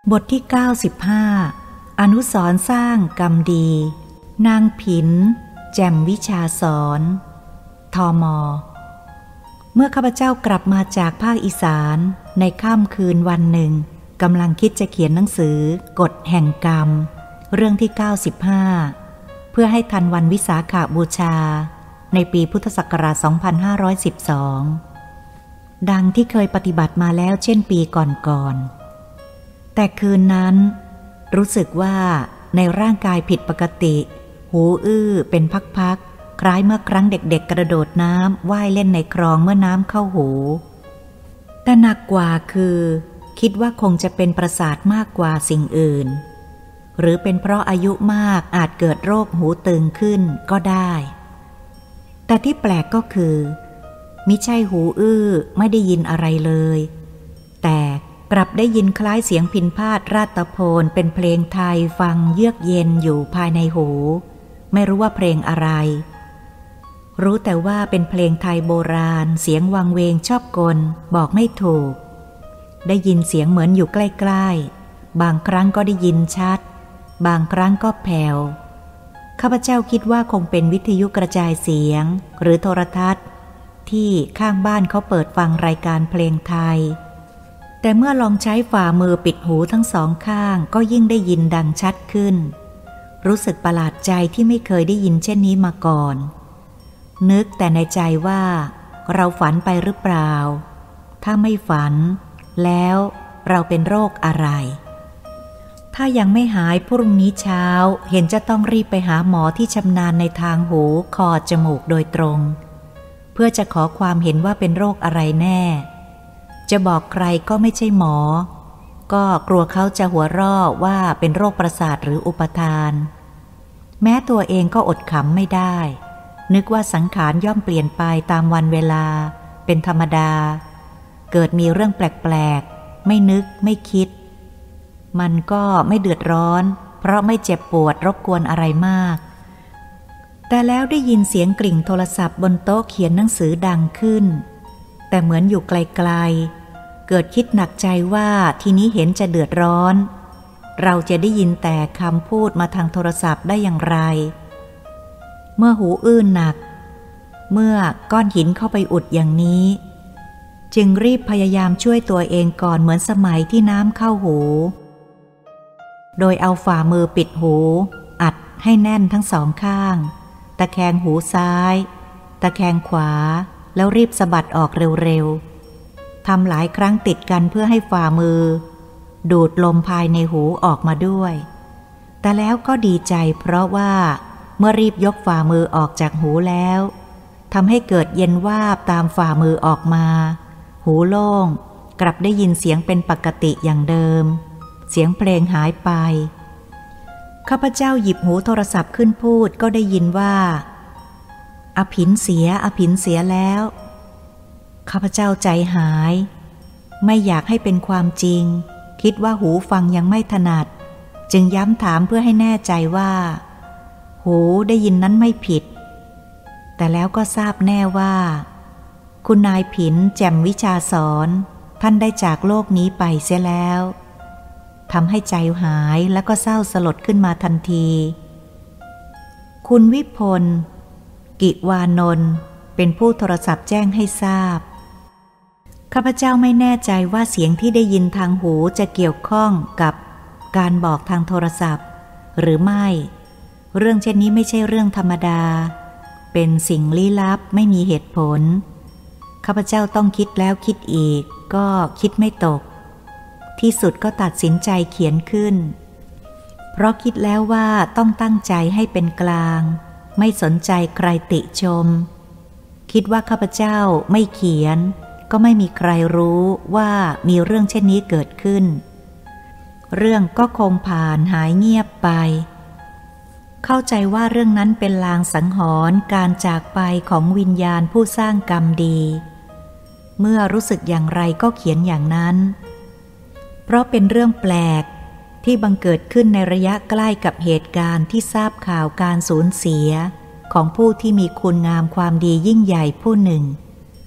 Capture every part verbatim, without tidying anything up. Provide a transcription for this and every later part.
บทที่เก้าสิบห้าอนุสรณ์สร้างกรรมดีนางผินแจ่มวิชาสอนทม.เมื่อข้าพเจ้ากลับมาจากภาคอีสานในค่ำคืนวันหนึ่งกำลังคิดจะเขียนหนังสือกฎแห่งกรรมเรื่องที่เก้าสิบห้าเพื่อให้ทันวันวิสาขบูชาในปีพุทธศักราชสองพันห้าร้อยสิบสองดังที่เคยปฏิบัติมาแล้วเช่นปีก่อนๆแต่คืนนั้นรู้สึกว่าในร่างกายผิดปกติหูอื้อเป็นพักๆคล้ายเมื่อครั้งเด็กๆกระโดดน้ำว่ายเล่นในคลองเมื่อน้ำเข้าหูแต่หนักกว่าคือคิดว่าคงจะเป็นประสาทมากกว่าสิ่งอื่นหรือเป็นเพราะอายุมากอาจเกิดโรคหูตึงขึ้นก็ได้แต่ที่แปลกก็คือมิใช่หูอื้อไม่ได้ยินอะไรเลยแต่กลับได้ยินคล้ายเสียงพิณพาทย์ราตโพนเป็นเพลงไทยฟังเยือกเย็นอยู่ภายในหูไม่รู้ว่าเพลงอะไรรู้แต่ว่าเป็นเพลงไทยโบราณเสียงวังเวงชอบกลบอกไม่ถูกได้ยินเสียงเหมือนอยู่ใกล้ๆบางครั้งก็ได้ยินชัดบางครั้งก็แผ่วข้าพเจ้าคิดว่าคงเป็นวิทยุกระจายเสียงหรือโทรทัศน์ที่ข้างบ้านเขาเปิดฟังรายการเพลงไทยแต่เมื่อลองใช้ฝ่ามือปิดหูทั้งสองข้างก็ยิ่งได้ยินดังชัดขึ้นรู้สึกประหลาดใจที่ไม่เคยได้ยินเช่นนี้มาก่อนนึกแต่ในใจว่าเราฝันไปหรือเปล่าถ้าไม่ฝันแล้วเราเป็นโรคอะไรถ้ายังไม่หายพรุ่งนี้เช้าเห็นจะต้องรีบไปหาหมอที่ชำนาญในทางหูคอจมูกโดยตรงเพื่อจะขอความเห็นว่าเป็นโรคอะไรแน่จะบอกใครก็ไม่ใช่หมอก็กลัวเขาจะหัวเราะว่าเป็นโรคประสาทหรืออุปทานแม้ตัวเองก็อดขำไม่ได้นึกว่าสังขารย่อมเปลี่ยนไปตามวันเวลาเป็นธรรมดาเกิดมีเรื่องแปลกๆไม่นึกไม่คิดมันก็ไม่เดือดร้อนเพราะไม่เจ็บปวดรบกวนอะไรมากแต่แล้วได้ยินเสียงกริ่งโทรศัพท์บนโต๊ะเขียนหนังสือดังขึ้นแต่เหมือนอยู่ไกลๆเกิดคิดหนักใจว่าทีนี้เห็นจะเดือดร้อนเราจะได้ยินแต่คำพูดมาทางโทรศัพท์ได้อย่างไรเมื่อหูอื้อหนักเมื่อก้อนหินเข้าไปอุดอย่างนี้จึงรีบพยายามช่วยตัวเองก่อนเหมือนสมัยที่น้ำเข้าหูโดยเอาฝ่ามือปิดหูอัดให้แน่นทั้งสองข้างตะแคงหูซ้ายตะแคงขวาแล้วรีบสะบัดออกเร็วๆทำหลายครั้งติดกันเพื่อให้ฝ่ามือดูดลมภายในหูออกมาด้วยแต่แล้วก็ดีใจเพราะว่าเมื่อรีบยกฝ่ามือออกจากหูแล้วทำให้เกิดเย็นวาบตามฝ่ามือออกมาหูโล่งกลับได้ยินเสียงเป็นปกติอย่างเดิมเสียงเพลงหายไปข้าพเจ้าหยิบหูโทรศัพท์ขึ้นพูดก็ได้ยินว่าอภินเสียอภินเสียแล้วข้าพเจ้าใจหายไม่อยากให้เป็นความจริงคิดว่าหูฟังยังไม่ถนัดจึงย้ำถามเพื่อให้แน่ใจว่าหูได้ยินนั้นไม่ผิดแต่แล้วก็ทราบแน่ว่าคุณนายผินแจ่มวิชาสอนท่านได้จากโลกนี้ไปเสียแล้วทำให้ใจหายแล้วก็เศร้าสลดขึ้นมาทันทีคุณวิพลกิวานนท์เป็นผู้โทรศัพท์แจ้งให้ทราบข้าพเจ้าไม่แน่ใจว่าเสียงที่ได้ยินทางหูจะเกี่ยวข้องกับการบอกทางโทรศัพท์หรือไม่เรื่องเช่นนี้ไม่ใช่เรื่องธรรมดาเป็นสิ่งลี้ลับไม่มีเหตุผลข้าพเจ้าต้องคิดแล้วคิดอีกก็คิดไม่ตกที่สุดก็ตัดสินใจเขียนขึ้นเพราะคิดแล้วว่าต้องตั้งใจให้เป็นกลางไม่สนใจใครติชมคิดว่าข้าพเจ้าไม่เขียนก็ไม่มีใครรู้ว่ามีเรื่องเช่นนี้เกิดขึ้นเรื่องก็คงผ่านหายเงียบไปเข้าใจว่าเรื่องนั้นเป็นลางสังหรณ์การจากไปของวิญญาณผู้สร้างกรรมดีเมื่อรู้สึกอย่างไรก็เขียนอย่างนั้นเพราะเป็นเรื่องแปลกที่บังเกิดขึ้นในระยะใกล้กับเหตุการณ์ที่ทราบข่าวการสูญเสียของผู้ที่มีคุณงามความดียิ่งใหญ่ผู้หนึ่ง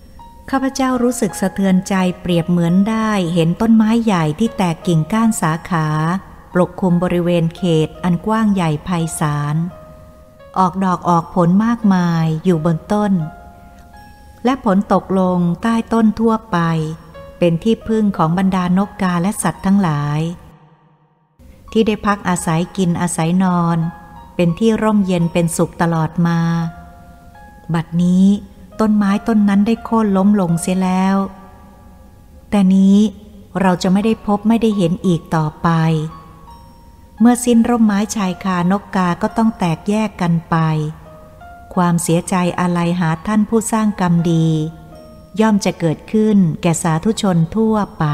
ข้าพเจ้ารู้สึกสะเทือนใจเปรียบเหมือนได้เห็นต้นไม้ใหญ่ที่แตกกิ่งก้านสาขาปกคลุมบริเวณเขตอันกว้างใหญ่ไพศาลออกดอกออกผลมากมายอยู่บนต้นและผลตกลงใต้ต้นทั่วไปเป็นที่พึ่งของบรรดานกกาและสัตว์ทั้งหลายที่ได้พักอาศัยกินอาศัยนอนเป็นที่ร่มเย็นเป็นสุขตลอดมาบัดนี้ต้นไม้ต้นนั้นได้โค่นล้มลงเสียแล้วแต่นี้เราจะไม่ได้พบไม่ได้เห็นอีกต่อไปเมื่อสิ้นร่มไม้ชายคานกกาก็ต้องแตกแยกกันไปความเสียใจอาลัยหาท่านผู้สร้างกรรมดีย่อมจะเกิดขึ้นแก่สาธุชนทั่วไป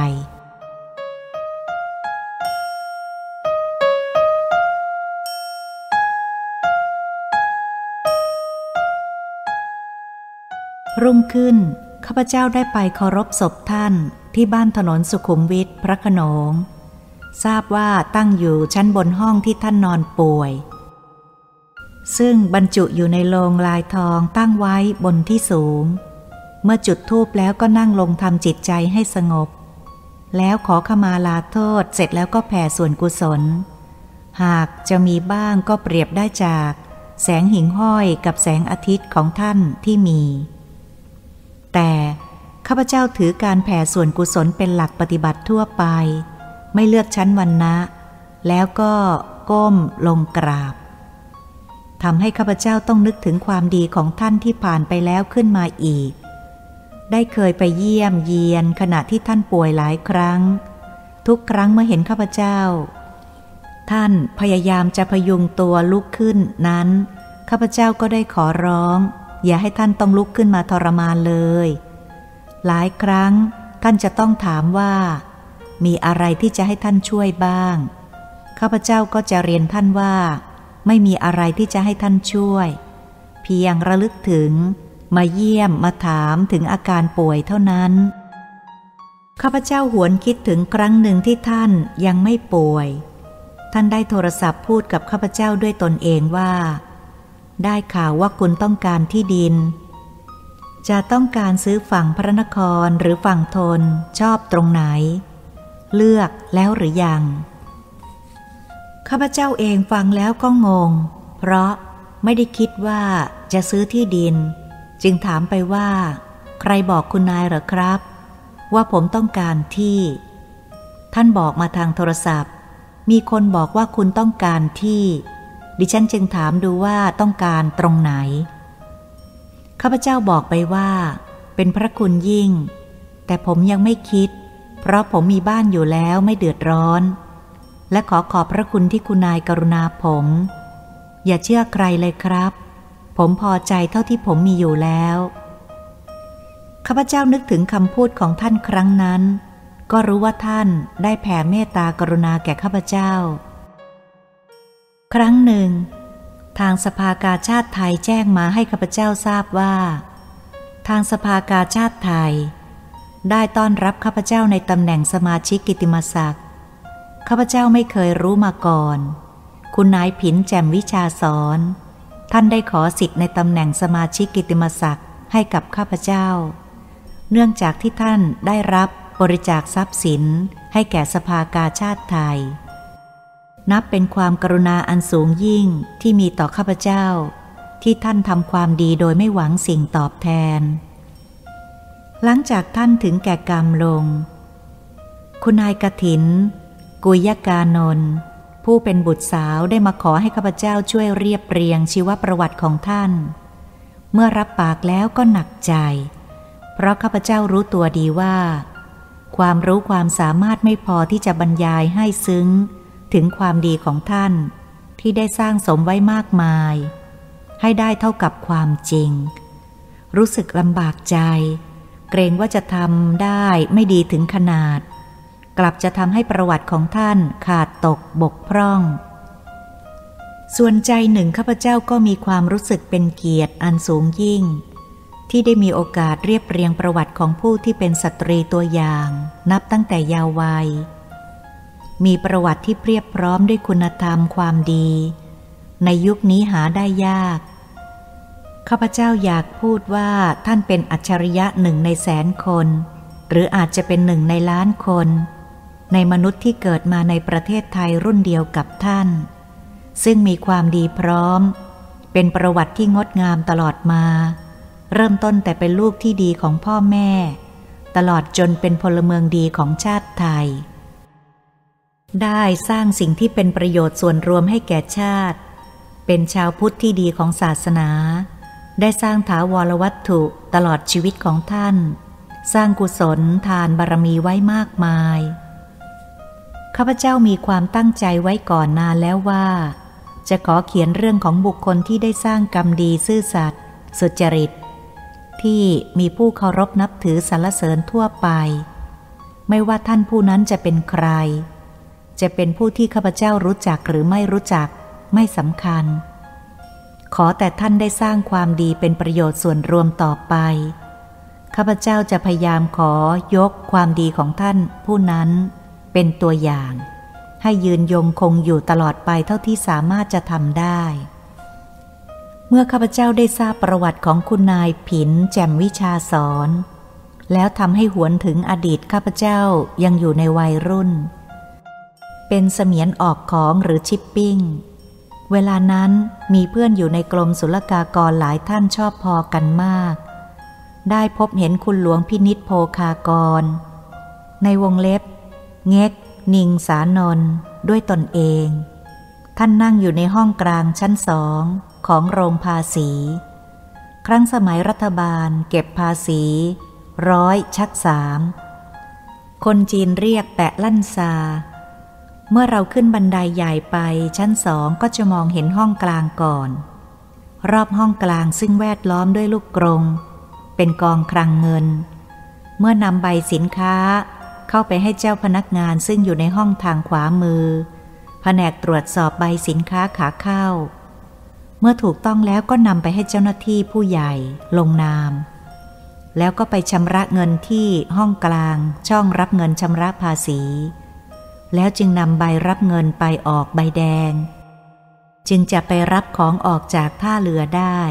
รุ่งขึ้นข้าพเจ้าได้ไปเคารพศพท่านที่บ้านถนนสุขุมวิทพระโขนงทราบว่าตั้งอยู่ชั้นบนห้องที่ท่านนอนป่วยซึ่งบรรจุอยู่ในโลงลายทองตั้งไว้บนที่สูงเมื่อจุดธูปแล้วก็นั่งลงทำจิตใจให้สงบแล้วขอขมาลาโทษเสร็จแล้วก็แผ่ส่วนกุศลหากจะมีบ้างก็เปรียบได้จากแสงหิ่งห้อยกับแสงอาทิตย์ของท่านที่มีแต่ข้าพเจ้าถือการแผ่ส่วนกุศลเป็นหลักปฏิบัติทั่วไปไม่เลือกชั้นวรรณะแล้วก็ก้มลงกราบทำให้ข้าพเจ้าต้องนึกถึงความดีของท่านที่ผ่านไปแล้วขึ้นมาอีกได้เคยไปเยี่ยมเยียนขณะที่ท่านป่วยหลายครั้งทุกครั้งเมื่อเห็นข้าพเจ้าท่านพยายามจะพยุงตัวลุกขึ้นนั้นข้าพเจ้าก็ได้ขอร้องอย่าให้ท่านต้องลุกขึ้นมาทรมานเลยหลายครั้งท่านจะต้องถามว่ามีอะไรที่จะให้ท่านช่วยบ้างข้าพเจ้าก็จะเรียนท่านว่าไม่มีอะไรที่จะให้ท่านช่วยเพียงระลึกถึงมาเยี่ยมมาถามถึงอาการป่วยเท่านั้นข้าพเจ้าหวนคิดถึงครั้งหนึ่งที่ท่านยังไม่ป่วยท่านได้โทรศัพท์พูดกับข้าพเจ้าด้วยตนเองว่าได้ข่าวว่าคุณต้องการที่ดินจะต้องการซื้อฝั่งพระนครหรือฝั่งธนชอบตรงไหนเลือกแล้วหรือยังข้าพเจ้าเองฟังแล้วก็งงเพราะไม่ได้คิดว่าจะซื้อที่ดินจึงถามไปว่าใครบอกคุณนายเหรอครับว่าผมต้องการที่ท่านบอกมาทางโทรศัพท์มีคนบอกว่าคุณต้องการที่ดิฉันจึงถามดูว่าต้องการตรงไหนข้าพเจ้าบอกไปว่าเป็นพระคุณยิ่งแต่ผมยังไม่คิดเพราะผมมีบ้านอยู่แล้วไม่เดือดร้อนและขอขอบพระคุณที่คุณนายกรุณาผมอย่าเชื่อใครเลยครับผมพอใจเท่าที่ผมมีอยู่แล้วข้าพเจ้านึกถึงคำพูดของท่านครั้งนั้นก็รู้ว่าท่านได้แผ่เมตตากรุณาแก่ข้าพเจ้าครั้งหนึ่งทางสภากาชาติไทยแจ้งมาให้ข้าพเจ้าทราบว่าทางสภากาชาติไทยได้ต้อนรับข้าพเจ้าในตำแหน่งสมาชิกกิตติมศักดิ์ข้าพเจ้าไม่เคยรู้มาก่อนคุณนายผินแจ่มวิชาสอนท่านได้ขอสิทธิ์ในตำแหน่งสมาชิกกิตติมศักดิ์ให้กับข้าพเจ้าเนื่องจากที่ท่านได้รับบริจาคทรัพย์สินให้แก่สภากาชาติไทยนับเป็นความกรุณาอันสูงยิ่งที่มีต่อข้าพเจ้าที่ท่านทำความดีโดยไม่หวังสิ่งตอบแทนหลังจากท่านถึงแก่กรรมลงคุณนายกฐินกุยกานนท์ผู้เป็นบุตรสาวได้มาขอให้ข้าพเจ้าช่วยเรียบเรียงชีวประวัติของท่านเมื่อรับปากแล้วก็หนักใจเพราะข้าพเจ้ารู้ตัวดีว่าความรู้ความสามารถไม่พอที่จะบรรยายให้ซึ้งถึงความดีของท่านที่ได้สร้างสมไว้มากมายให้ได้เท่ากับความจริงรู้สึกลำบากใจเกรงว่าจะทำได้ไม่ดีถึงขนาดกลับจะทำให้ประวัติของท่านขาดตกบกพร่องส่วนใจหนึ่งข้าพเจ้าก็มีความรู้สึกเป็นเกียรติอันสูงยิ่งที่ได้มีโอกาสเรียบเรียงประวัติของผู้ที่เป็นสตรีตัวอย่างนับตั้งแต่เยาว์วัยมีประวัติที่เพียบพร้อมด้วยคุณธรรมความดีในยุคนี้หาได้ยากข้าพเจ้าอยากพูดว่าท่านเป็นอัจฉริยะหนึ่งในแสนคนหรืออาจจะเป็นหนึ่งในล้านคนในมนุษย์ที่เกิดมาในประเทศไทยรุ่นเดียวกับท่านซึ่งมีความดีพร้อมเป็นประวัติที่งดงามตลอดมาเริ่มต้นแต่เป็นลูกที่ดีของพ่อแม่ตลอดจนเป็นพลเมืองดีของชาติไทยได้สร้างสิ่งที่เป็นประโยชน์ส่วนรวมให้แก่ชาติเป็นชาวพุทธที่ดีของศาสนาได้สร้างถาวรวัตถุตลอดชีวิตของท่านสร้างกุศลทานบารมีไว้มากมายข้าพเจ้ามีความตั้งใจไว้ก่อนนานแล้วว่าจะขอเขียนเรื่องของบุคคลที่ได้สร้างกรรมดีซื่อสัตย์สุจริตที่มีผู้เคารพนับถือสรรเสริญทั่วไปไม่ว่าท่านผู้นั้นจะเป็นใครจะเป็นผู้ที่ข้าพเจ้ารู้จักหรือไม่รู้จักไม่สำคัญขอแต่ท่านได้สร้างความดีเป็นประโยชน์ส่วนรวมต่อไปข้าพเจ้าจะพยายามขอยกความดีของท่านผู้นั้นเป็นตัวอย่างให้ยืนยงคงอยู่ตลอดไปเท่าที่สามารถจะทำได้เมื่อข้าพเจ้าได้ทราบประวัติของคุณนายผินแจ่มวิชาสอนแล้วทำให้หวนถึงอดีตข้าพเจ้ายังอยู่ในวัยรุ่นเป็นเสมียนออกของหรือชิปปิ้งเวลานั้นมีเพื่อนอยู่ในกรมศุลกากรหลายท่านชอบพอกันมากได้พบเห็นคุณหลวงพินิจโภคากรในวงเล็บเง็กนิงสานนท์ด้วยตนเองท่านนั่งอยู่ในห้องกลางชั้นสองของโรงภาษีครั้งสมัยรัฐบาลเก็บภาษีร้อยชักสามคนจีนเรียกแปะลั่นซาเมื่อเราขึ้นบันไดใหญ่ไปชั้นสองก็จะมองเห็นห้องกลางก่อนรอบห้องกลางซึ่งแวดล้อมด้วยลูกกรงเป็นกองคลังเงินเมื่อนำใบสินค้าเข้าไปให้เจ้าพนักงานซึ่งอยู่ในห้องทางขวามือแผนกตรวจสอบใบสินค้าขาเข้าเมื่อถูกต้องแล้วก็นำไปให้เจ้าหน้าที่ผู้ใหญ่ลงนามแล้วก็ไปชำระเงินที่ห้องกลางช่องรับเงินชำระภาษีแล้วจึงนำใบรับเงินไปออกใบแดงจึงจะไปรับของออกจากท่าเรือได้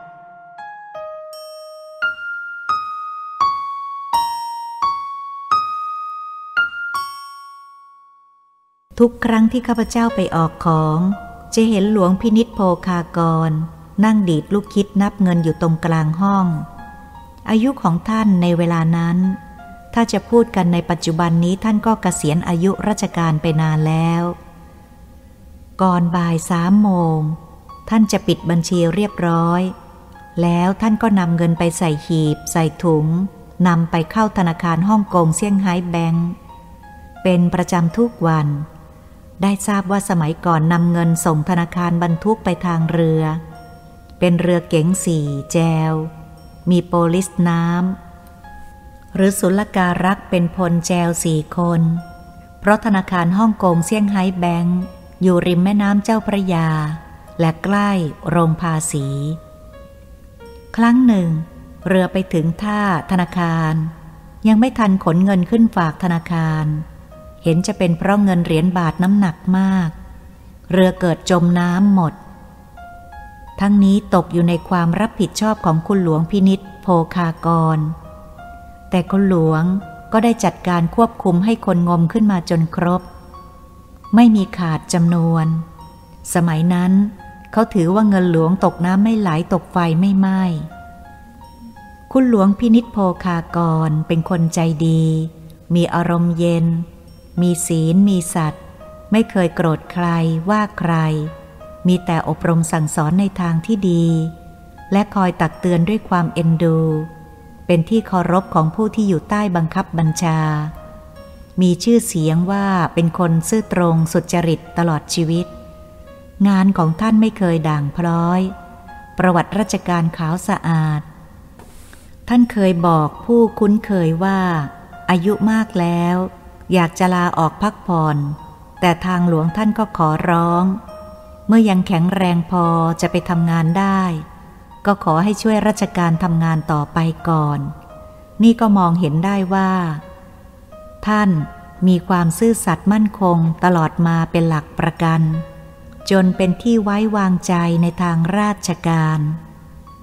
ทุกครั้งที่ข้าพเจ้าไปออกของจะเห็นหลวงพินิจโภคากรนั่งดีดลูกคิดนับเงินอยู่ตรงกลางห้องอายุของท่านในเวลานั้นถ้าจะพูดกันในปัจจุบันนี้ท่านก็เกษียณอายุราชการไปนานแล้วก่อนบ่ายสามโมงท่านจะปิดบัญชีเรียบร้อยแล้วท่านก็นำเงินไปใส่หีบใส่ถุงนำไปเข้าธนาคารฮ่องกงเซี่ยงไฮ้แบงก์เป็นประจำทุกวันได้ทราบว่าสมัยก่อนนำเงินส่งธนาคารบรรทุกไปทางเรือเป็นเรือเก๋งสี่แจวมีโปลิสน้ำหรือศุลการักษ์เป็นพลแจวสี่คนเพราะธนาคารฮ่องกงเซี่ยงไฮ้แบงก์อยู่ริมแม่น้ำเจ้าพระยาและใกล้โรงภาษีครั้งหนึ่งเรือไปถึงท่าธนาคารยังไม่ทันขนเงินขึ้นฝากธนาคารเห็นจะเป็นเพราะเงินเหรียญบาทน้ำหนักมากเรือเกิดจมน้ำหมดทั้งนี้ตกอยู่ในความรับผิดชอบของคุณหลวงพินิจโภคากรแต่คุณหลวงก็ได้จัดการควบคุมให้คนงมขึ้นมาจนครบไม่มีขาดจำนวนสมัยนั้นเขาถือว่าเงินหลวงตกน้ำไม่ไหลตกไฟไม่ไหม้คุณหลวงพินิจโภคากรเป็นคนใจดีมีอารมณ์เย็นมีศีลมีสัตย์ไม่เคยโกรธใครว่าใครมีแต่อบรมสั่งสอนในทางที่ดีและคอยตักเตือนด้วยความเอ็นดูเป็นที่เคารพของผู้ที่อยู่ใต้บังคับบัญชามีชื่อเสียงว่าเป็นคนซื่อตรงสุจริตตลอดชีวิตงานของท่านไม่เคยด่างพร้อยประวัติราชการขาวสะอาดท่านเคยบอกผู้คุ้นเคยว่าอายุมากแล้วอยากจะลาออกพักผ่อนแต่ทางหลวงท่านก็ขอร้องเมื่อยังแข็งแรงพอจะไปทำงานได้ก็ขอให้ช่วยราชการทำงานต่อไปก่อนนี่ก็มองเห็นได้ว่าท่านมีความซื่อสัตย์มั่นคงตลอดมาเป็นหลักประกันจนเป็นที่ไว้วางใจในทางราชการ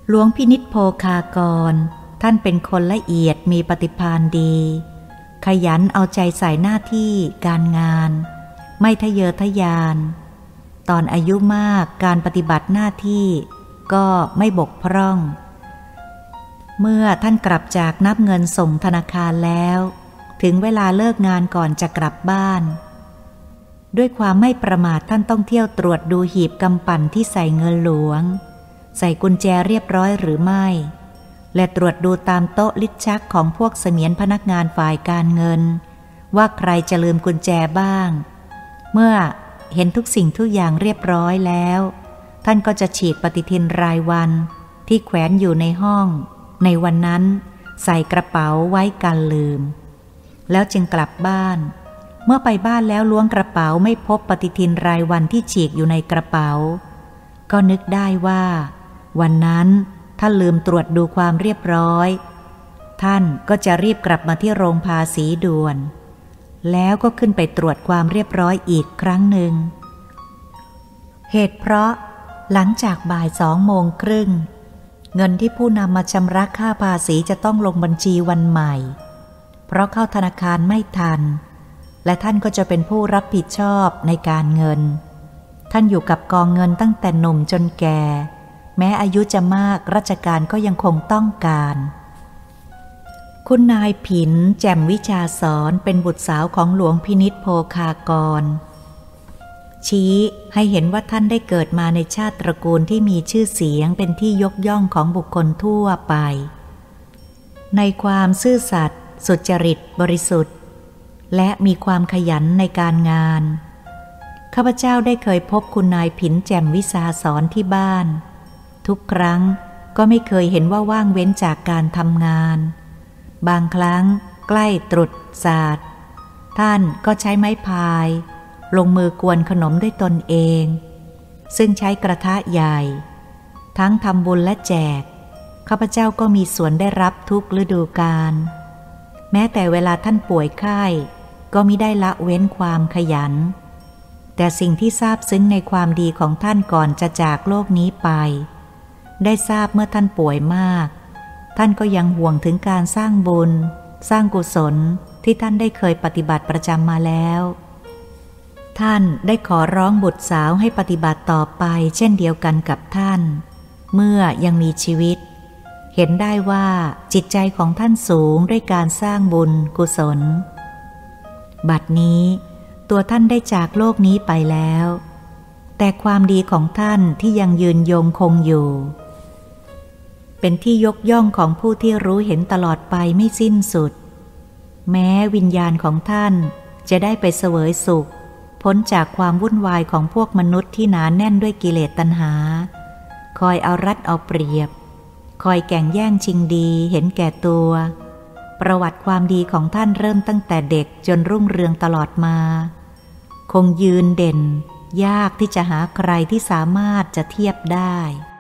หลวงพินิจโภคากรท่านเป็นคนละเอียดมีปฏิภาณดีขยันเอาใจใส่หน้าที่การงานไม่ทะเยอทะยานตอนอายุมากการปฏิบัติหน้าที่ก็ไม่บกพร่องเมื่อท่านกลับจากนับเงินส่งธนาคารแล้วถึงเวลาเลิกงานก่อนจะกลับบ้านด้วยความไม่ประมาทท่านต้องเที่ยวตรวจดูหีบกำปั่นที่ใส่เงินหลวงใส่กุญแจเรียบร้อยหรือไม่และตรวจดูตามโต๊ะลิ้นชักของพวกเสมียนพนักงานฝ่ายการเงินว่าใครจะลืมกุญแจบ้างเมื่อเห็นทุกสิ่งทุกอย่างเรียบร้อยแล้วท่านก็จะฉีดปฏิทินรายวันที่แขวนอยู่ในห้องในวันนั้นใส่กระเป๋าไว้กันลืมแล้วจึงกลับบ้านเมื่อไปบ้านแล้วล้วงกระเป๋าไม่พบปฏิทินรายวันที่ฉีกอยู่ในกระเป๋าก็นึกได้ว่าวันนั้นท่านลืมตรวจดูความเรียบร้อยท่านก็จะรีบกลับมาที่โรงภาษีด่วนแล้วก็ขึ้นไปตรวจความเรียบร้อยอีกครั้งหนึ่งเหตุเพราะหลังจากบ่ายสองโมงครึ่งเงินที่ผู้นำมาชำระค่าภาษีจะต้องลงบัญชีวันใหม่เพราะเข้าธนาคารไม่ทันและท่านก็จะเป็นผู้รับผิดชอบในการเงินท่านอยู่กับกองเงินตั้งแต่หนุ่มจนแก่แม้อายุจะมากราชการก็ยังคงต้องการคุณนายผินแจ่มวิชาสอนเป็นบุตรสาวของหลวงพินิจโภคากรชี้ให้เห็นว่าท่านได้เกิดมาในชาติตระกูลที่มีชื่อเสียงเป็นที่ยกย่องของบุคคลทั่วไปในความซื่อสัตย์สุจริตบริสุทธิ์และมีความขยันในการงานข้าพเจ้าได้เคยพบคุณนายผินแจ่มวิชาสอนที่บ้านทุกครั้งก็ไม่เคยเห็นว่าว่างเว้นจากการทำงานบางครั้งใกล้ตรุษศาสตร์ท่านก็ใช้ไม้พายลงมือกวนขนมด้วยตนเองซึ่งใช้กระทะใหญ่ทั้งทำบุญและแจกข้าพเจ้าก็มีส่วนได้รับทุกฤดูกาลแม้แต่เวลาท่านป่วยไข้ก็มิได้ละเว้นความขยันแต่สิ่งที่ทราบซึ้งในความดีของท่านก่อนจะจากโลกนี้ไปได้ทราบเมื่อท่านป่วยมากท่านก็ยังห่วงถึงการสร้างบุญสร้างกุศลที่ท่านได้เคยปฏิบัติประจำมาแล้วท่านได้ขอร้องบุตรสาวให้ปฏิบัติต่อไปเช่นเดียวกันกับท่านเมื่อยังมีชีวิตเห็นได้ว่าจิตใจของท่านสูงด้วยการสร้างบุญกุศลบัดนี้ตัวท่านได้จากโลกนี้ไปแล้วแต่ความดีของท่านที่ยังยืนยงคงอยู่เป็นที่ยกย่องของผู้ที่รู้เห็นตลอดไปไม่สิ้นสุดแม้วิญญาณของท่านจะได้ไปเสวยสุขพ้นจากความวุ่นวายของพวกมนุษย์ที่หนาแน่นด้วยกิเลสตัณหาคอยเอารัดเอาเปรียบคอยแก่งแย่งชิงดีเห็นแก่ตัวประวัติความดีของท่านเริ่มตั้งแต่เด็กจนรุ่งเรืองตลอดมาคงยืนเด่นยากที่จะหาใครที่สามารถจะเทียบได้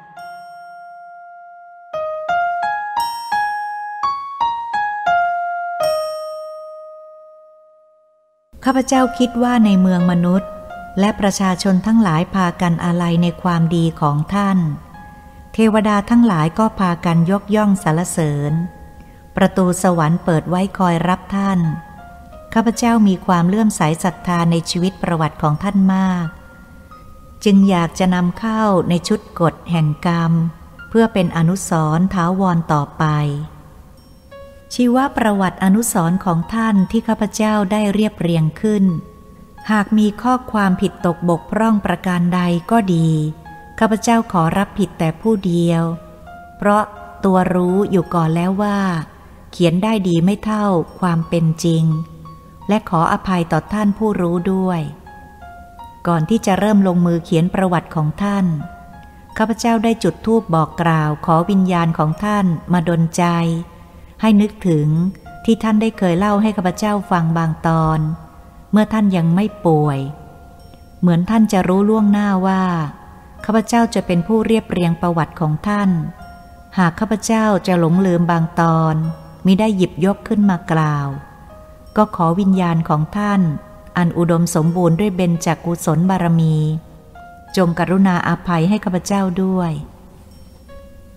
ข้าพเจ้าคิดว่าในเมืองมนุษย์และประชาชนทั้งหลายพากันอาลัยในความดีของท่านเทวดาทั้งหลายก็พากันยกย่องสรรเสริญประตูสวรรค์เปิดไว้คอยรับท่านข้าพเจ้ามีความเลื่อมใสศรัทธาในชีวิตประวัติของท่านมากจึงอยากจะนำเข้าในชุดกฎแห่งกรรมเพื่อเป็นอนุสรณ์ถาวรต่อไปชีวประวัติอนุสรณ์ของท่านที่ข้าพเจ้าได้เรียบเรียงขึ้นหากมีข้อความผิดตกบกพร่องประการใดก็ดีข้าพเจ้าขอรับผิดแต่ผู้เดียวเพราะตัวรู้อยู่ก่อนแล้วว่าเขียนได้ดีไม่เท่าความเป็นจริงและขออภัยต่อท่านผู้รู้ด้วยก่อนที่จะเริ่มลงมือเขียนประวัติของท่านข้าพเจ้าได้จุดธูปบอกกล่าวขอวิญญาณของท่านมาดลใจให้นึกถึงที่ท่านได้เคยเล่าให้ข้าพเจ้าฟังบางตอนเมื่อท่านยังไม่ป่วยเหมือนท่านจะรู้ล่วงหน้าว่าข้าพเจ้าจะเป็นผู้เรียบเรียงประวัติของท่านหากข้าพเจ้าจะหลงลืมบางตอนมิได้หยิบยกขึ้นมากล่าวก็ขอวิญญาณของท่านอันอุดมสมบูรณ์ด้วยเบญจกุศลบารมีจงกรุณาอภัยให้ข้าพเจ้าด้วย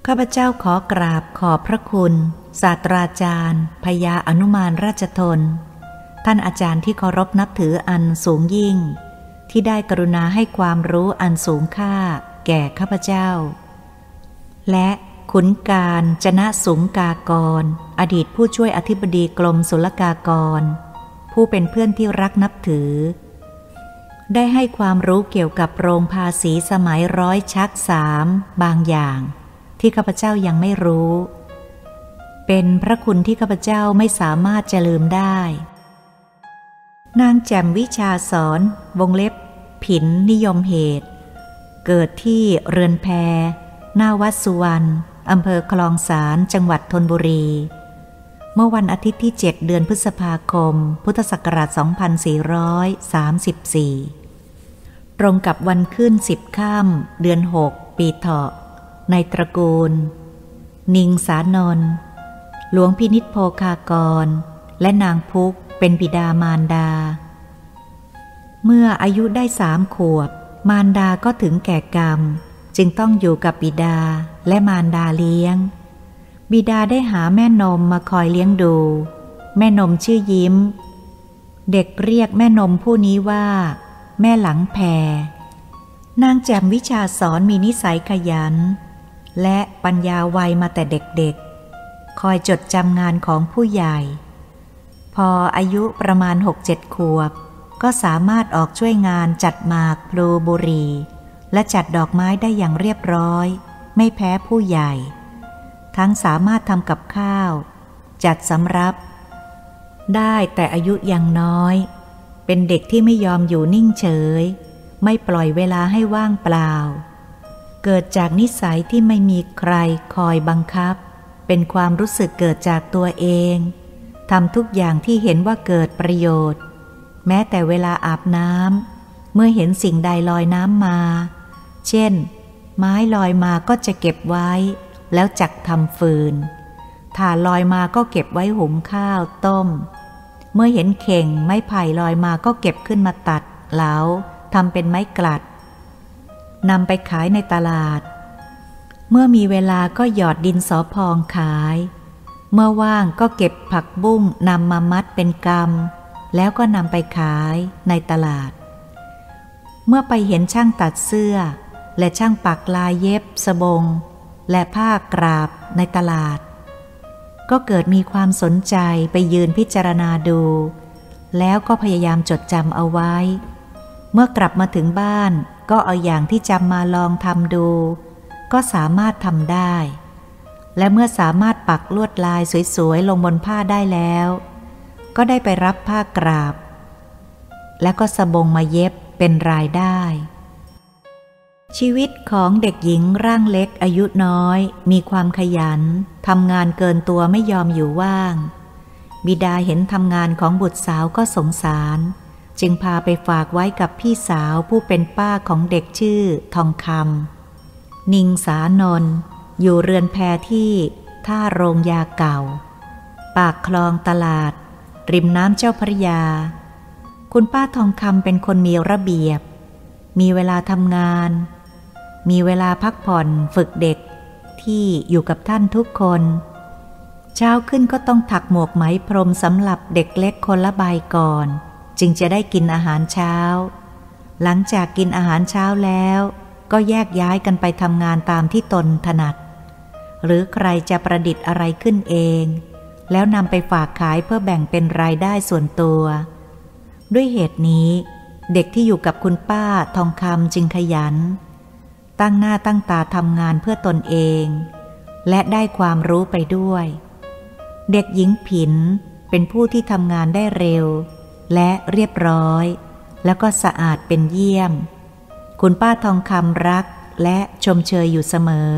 ข้าพเจ้าขอกราบขอบพระคุณศาสตราจารย์พญาอนุมานราชทนท่านอาจารย์ที่เคารพนับถืออันสูงยิ่งที่ได้กรุณาให้ความรู้อันสูงค่าแก่ข้าพเจ้าและขุนการจนะสุงกากรอดีตผู้ช่วยอธิบดีกรมศุลกากรผู้เป็นเพื่อนที่รักนับถือได้ให้ความรู้เกี่ยวกับโรงภาษีสมัยร้อยชักสามบางอย่างที่ข้าพเจ้ายังไม่รู้เป็นพระคุณที่ข้าพเจ้าไม่สามารถจะลืมได้นางแจ่มวิชาสอนวงเล็บผินนิยมเหตุเกิดที่เรือนแพหน้าวัดสุวรรณอำเภอคลองสานจังหวัดธนบุรีเมื่อวันอาทิตย์ที่เจ็ดเดือนพฤษภาคมพุทธศักราชสองพันสี่ร้อยสามสิบสี่ตรงกับวันขึ้นสิบค่ำเดือนหกปีเถาะในตระกูลนิงสานนท์หลวงพินิจโภคากรและนางพุกเป็นบิดามารดาเมื่ออายุได้สามขวบมารดาก็ถึงแก่กรรมจึงต้องอยู่กับบิดาและมารดาเลี้ยงบิดาได้หาแม่นมมาคอยเลี้ยงดูแม่นมชื่อยิ้มเด็กเรียกแม่นมผู้นี้ว่าแม่หลังแพนางแจ่มวิชาสอนมีนิสัยขยันและปัญญาไวมาแต่เด็กๆคอยจดจำงานของผู้ใหญ่พออายุประมาณหกเจ็ดขวบก็สามารถออกช่วยงานจัดหมากพลูบุหรี่และจัดดอกไม้ได้อย่างเรียบร้อยไม่แพ้ผู้ใหญ่ทั้งสามารถทำกับข้าวจัดสำรับได้แต่อายุยังน้อยเป็นเด็กที่ไม่ยอมอยู่นิ่งเฉยไม่ปล่อยเวลาให้ว่างเปล่าเกิดจากนิสัยที่ไม่มีใครคอยบังคับเป็นความรู้สึกเกิดจากตัวเองทำทุกอย่างที่เห็นว่าเกิดประโยชน์แม้แต่เวลาอาบน้ำเมื่อเห็นสิ่งใดลอยน้ำมาเช่นไม้ลอยมาก็จะเก็บไว้แล้วจักทำฟืนถ่านลอยมาก็เก็บไว้หุงข้าวต้มเมื่อเห็นเข่งไม้ไผ่ลอยมาก็เก็บขึ้นมาตัดเหลาทำเป็นไม้กลัดนำไปขายในตลาดเมื่อมีเวลาก็หยอดดินสอพองขายเมื่อว่างก็เก็บผักบุ้งนำมามัดเป็นกำแล้วก็นำไปขายในตลาดเมื่อไปเห็นช่างตัดเสื้อและช่างปักลายเย็บสบงและผ้ากราบในตลาดก็เกิดมีความสนใจไปยืนพิจารณาดูแล้วก็พยายามจดจำเอาไว้เมื่อกลับมาถึงบ้านก็เอาอย่างที่จำมาลองทำดูก็สามารถทำได้และเมื่อสามารถปักลวดลายสวยๆลงบนผ้าได้แล้วก็ได้ไปรับผ้ากราบแล้วก็สบงมาเย็บเป็นรายได้ชีวิตของเด็กหญิงร่างเล็กอายุน้อยมีความขยันทำงานเกินตัวไม่ยอมอยู่ว่างบิดาเห็นทำงานของบุตรสาวก็สงสารจึงพาไปฝากไว้กับพี่สาวผู้เป็นป้าของเด็กชื่อทองคำนิงสานนท์อยู่เรือนแพที่ท่าโรงยาเก่าปากคลองตลาดริมน้ำเจ้าพระยาคุณป้าทองคำเป็นคนมีระเบียบมีเวลาทำงานมีเวลาพักผ่อนฝึกเด็กที่อยู่กับท่านทุกคนเช้าขึ้นก็ต้องถักหมวกไหมพรมสำหรับเด็กเล็กคนละใบก่อนจึงจะได้กินอาหารเช้าหลังจากกินอาหารเช้าแล้วก็แยกย้ายกันไปทำงานตามที่ตนถนัดหรือใครจะประดิษฐ์อะไรขึ้นเองแล้วนำไปฝากขายเพื่อแบ่งเป็นรายได้ส่วนตัวด้วยเหตุนี้เด็กที่อยู่กับคุณป้าทองคำจึงขยันตั้งหน้าตั้งตาทำงานเพื่อตนเองและได้ความรู้ไปด้วยเด็กหญิงผินเป็นผู้ที่ทำงานได้เร็วและเรียบร้อยแล้วก็สะอาดเป็นเยี่ยมคุณป้าทองคำรักและชมเชยอยู่เสมอ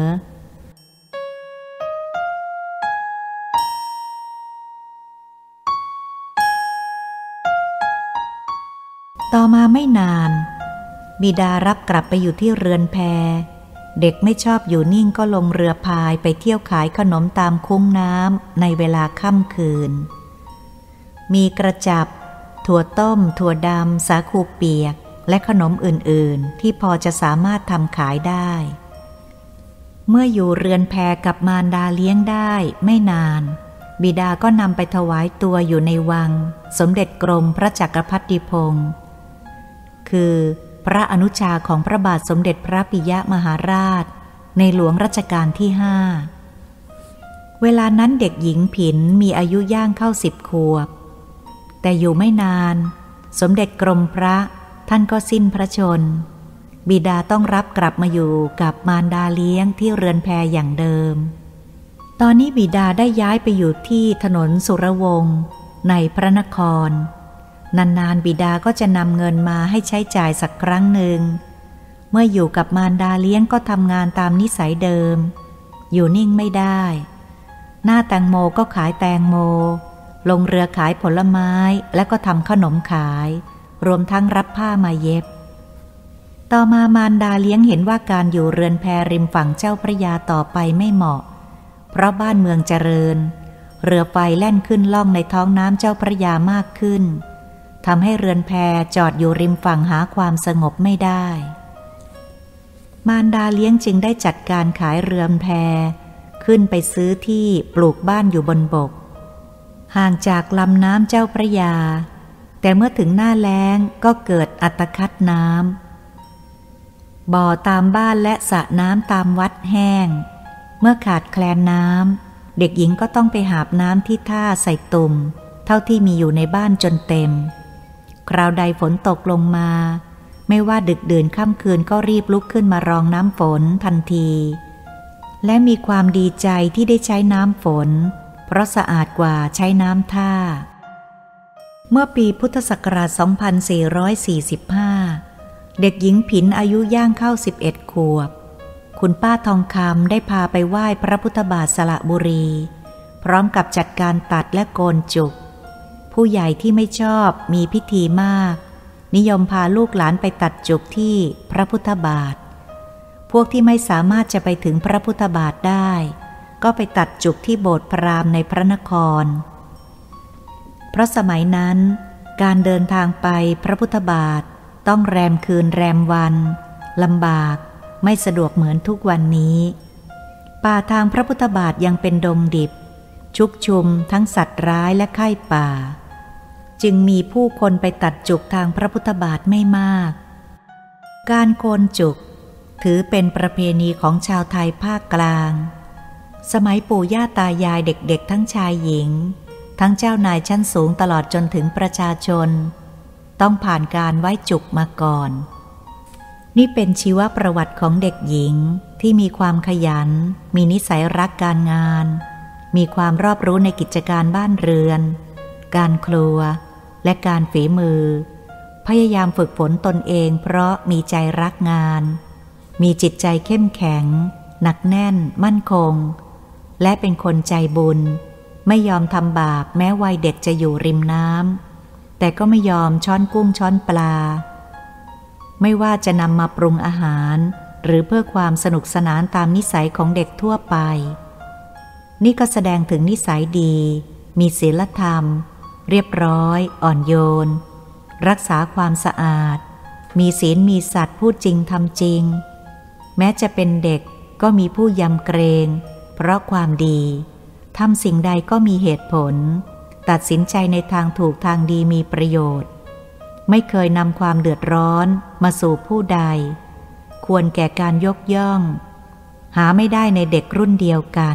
ต่อมาไม่นานบิดารับกลับไปอยู่ที่เรือนแพเด็กไม่ชอบอยู่นิ่งก็ลงเรือพายไปเที่ยวขายขนมตามคุ้งน้ำในเวลาค่ำคืนมีกระจับถั่วต้มถั่วดำสาคูเปียกและขนมอื่นๆที่พอจะสามารถทำขายได้เมื่ออยู่เรือนแพกับมารดาเลี้ยงได้ไม่นานบิดาก็นำไปถวายตัวอยู่ในวังสมเด็จกรมพระจักรพรรดิพงศ์คือพระอนุชาของพระบาทสมเด็จพระปิยมหาราชในหลวงรัชกาลที่ห้าเวลานั้นเด็กหญิงผินมีอายุย่างเข้าสิบขวบแต่อยู่ไม่นานสมเด็จกรมพระท่านก็สิ้นพระชนบิดาต้องรับกลับมาอยู่กับมารดาเลี้ยงที่เรือนแพอย่างเดิมตอนนี้บิดาได้ย้ายไปอยู่ที่ถนนสุรวงศ์ในพระนครนานๆบิดาก็จะนำเงินมาให้ใช้จ่ายสักครั้งหนึ่งเมื่ออยู่กับมารดาเลี้ยงก็ทำงานตามนิสัยเดิมอยู่นิ่งไม่ได้หน้าแตงโมก็ขายแตงโมลงเรือขายผลไม้และก็ทำขนมขายรวมทั้งรับผ้ามาเย็บต่อมามารดาเลี้ยงเห็นว่าการอยู่เรือนแพริมฝั่งเจ้าพระยาต่อไปไม่เหมาะเพราะบ้านเมืองเจริญเรือไฟแล่นขึ้นล่องในท้องน้ำเจ้าพระยามากขึ้นทำให้เรือนแพจอดอยู่ริมฝั่งหาความสงบไม่ได้มารดาเลี้ยงจึงได้จัดการขายเรือนแพขึ้นไปซื้อที่ปลูกบ้านอยู่บนบกห่างจากลำน้ำเจ้าพระยาแต่เมื่อถึงหน้าแล้งก็เกิดอัตคัดน้ำบ่อตามบ้านและสระน้ำตามวัดแห้งเมื่อขาดแคลนน้ำเด็กหญิงก็ต้องไปหาบน้ำที่ท่าใส่ตุ่มเท่าที่มีอยู่ในบ้านจนเต็มคราวใดฝนตกลงมาไม่ว่าดึกดื่นค่ำคืนก็รีบลุกขึ้นมารองน้ำฝนทันทีและมีความดีใจที่ได้ใช้น้ำฝนเพราะสะอาดกว่าใช้น้ำท่าเมื่อปีพุทธศักราช สองพันสี่ร้อยสี่สิบห้า เด็กหญิงผินอายุย่างเข้าสิบเอ็ดขวบคุณป้าทองคำได้พาไปไหว้พระพุทธบาทสระบุรีพร้อมกับจัดการตัดและโกนจุกผู้ใหญ่ที่ไม่ชอบมีพิธีมากนิยมพาลูกหลานไปตัดจุกที่พระพุทธบาทพวกที่ไม่สามารถจะไปถึงพระพุทธบาทได้ก็ไปตัดจุกที่โบสถ์พราหมณ์ในพระนครเพราะสมัยนั้นการเดินทางไปพระพุทธบาทต้องแรมคืนแรมวันลำบากไม่สะดวกเหมือนทุกวันนี้ป่าทางพระพุทธบาทยังเป็นดงดิบชุกชุมทั้งสัตว์ร้ายและไข้ป่าจึงมีผู้คนไปตัดจุกทางพระพุทธบาทไม่มากการโกนจุกถือเป็นประเพณีของชาวไทยภาคกลางสมัยปู่ย่าตายายเด็กๆทั้งชายหญิงทั้งเจ้านายชั้นสูงตลอดจนถึงประชาชนต้องผ่านการไว้จุกมาก่อนนี่เป็นชีวประวัติของเด็กหญิงที่มีความขยันมีนิสัยรักการงานมีความรอบรู้ในกิจการบ้านเรือนการครัวและการฝีมือพยายามฝึกฝนตนเองเพราะมีใจรักงานมีจิตใจเข้มแข็งหนักแน่นมั่นคงและเป็นคนใจบุญไม่ยอมทำบาปแม้วัยเด็กจะอยู่ริมน้ำแต่ก็ไม่ยอมช้อนกุ้งช้อนปลาไม่ว่าจะนำมาปรุงอาหารหรือเพื่อความสนุกสนานตามนิสัยของเด็กทั่วไปนี่ก็แสดงถึงนิสัยดีมีศีลธรรมเรียบร้อยอ่อนโยนรักษาความสะอาดมีศีลมีสัตย์พูดจริงทำจริงแม้จะเป็นเด็กก็มีผู้ยำเกรงเพราะความดีทำสิ่งใดก็มีเหตุผลตัดสินใจในทางถูกทางดีมีประโยชน์ไม่เคยนำความเดือดร้อนมาสู่ผู้ใดควรแก่การยกย่องหาไม่ได้ในเด็กรุ่นเดียวกัน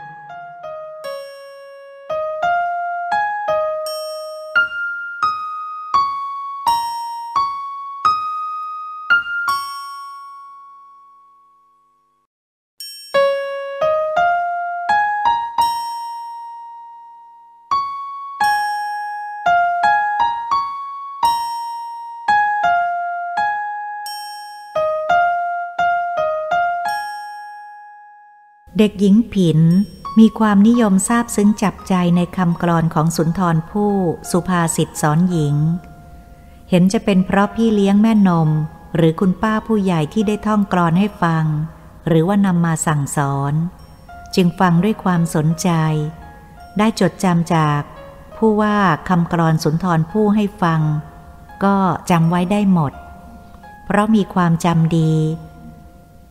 เด็กหญิงผินมีความนิยมซาบซึ้งจับใจในคำกลอนของสุนทรภู่สุภาษิตสอนหญิงเห็นจะเป็นเพราะพี่เลี้ยงแม่นมหรือคุณป้าผู้ใหญ่ที่ได้ท่องกลอนให้ฟังหรือว่านำมาสั่งสอนจึงฟังด้วยความสนใจได้จดจำจากผู้ว่าคำกลอนสุนทรภู่ให้ฟังก็จำไว้ได้หมดเพราะมีความจำดี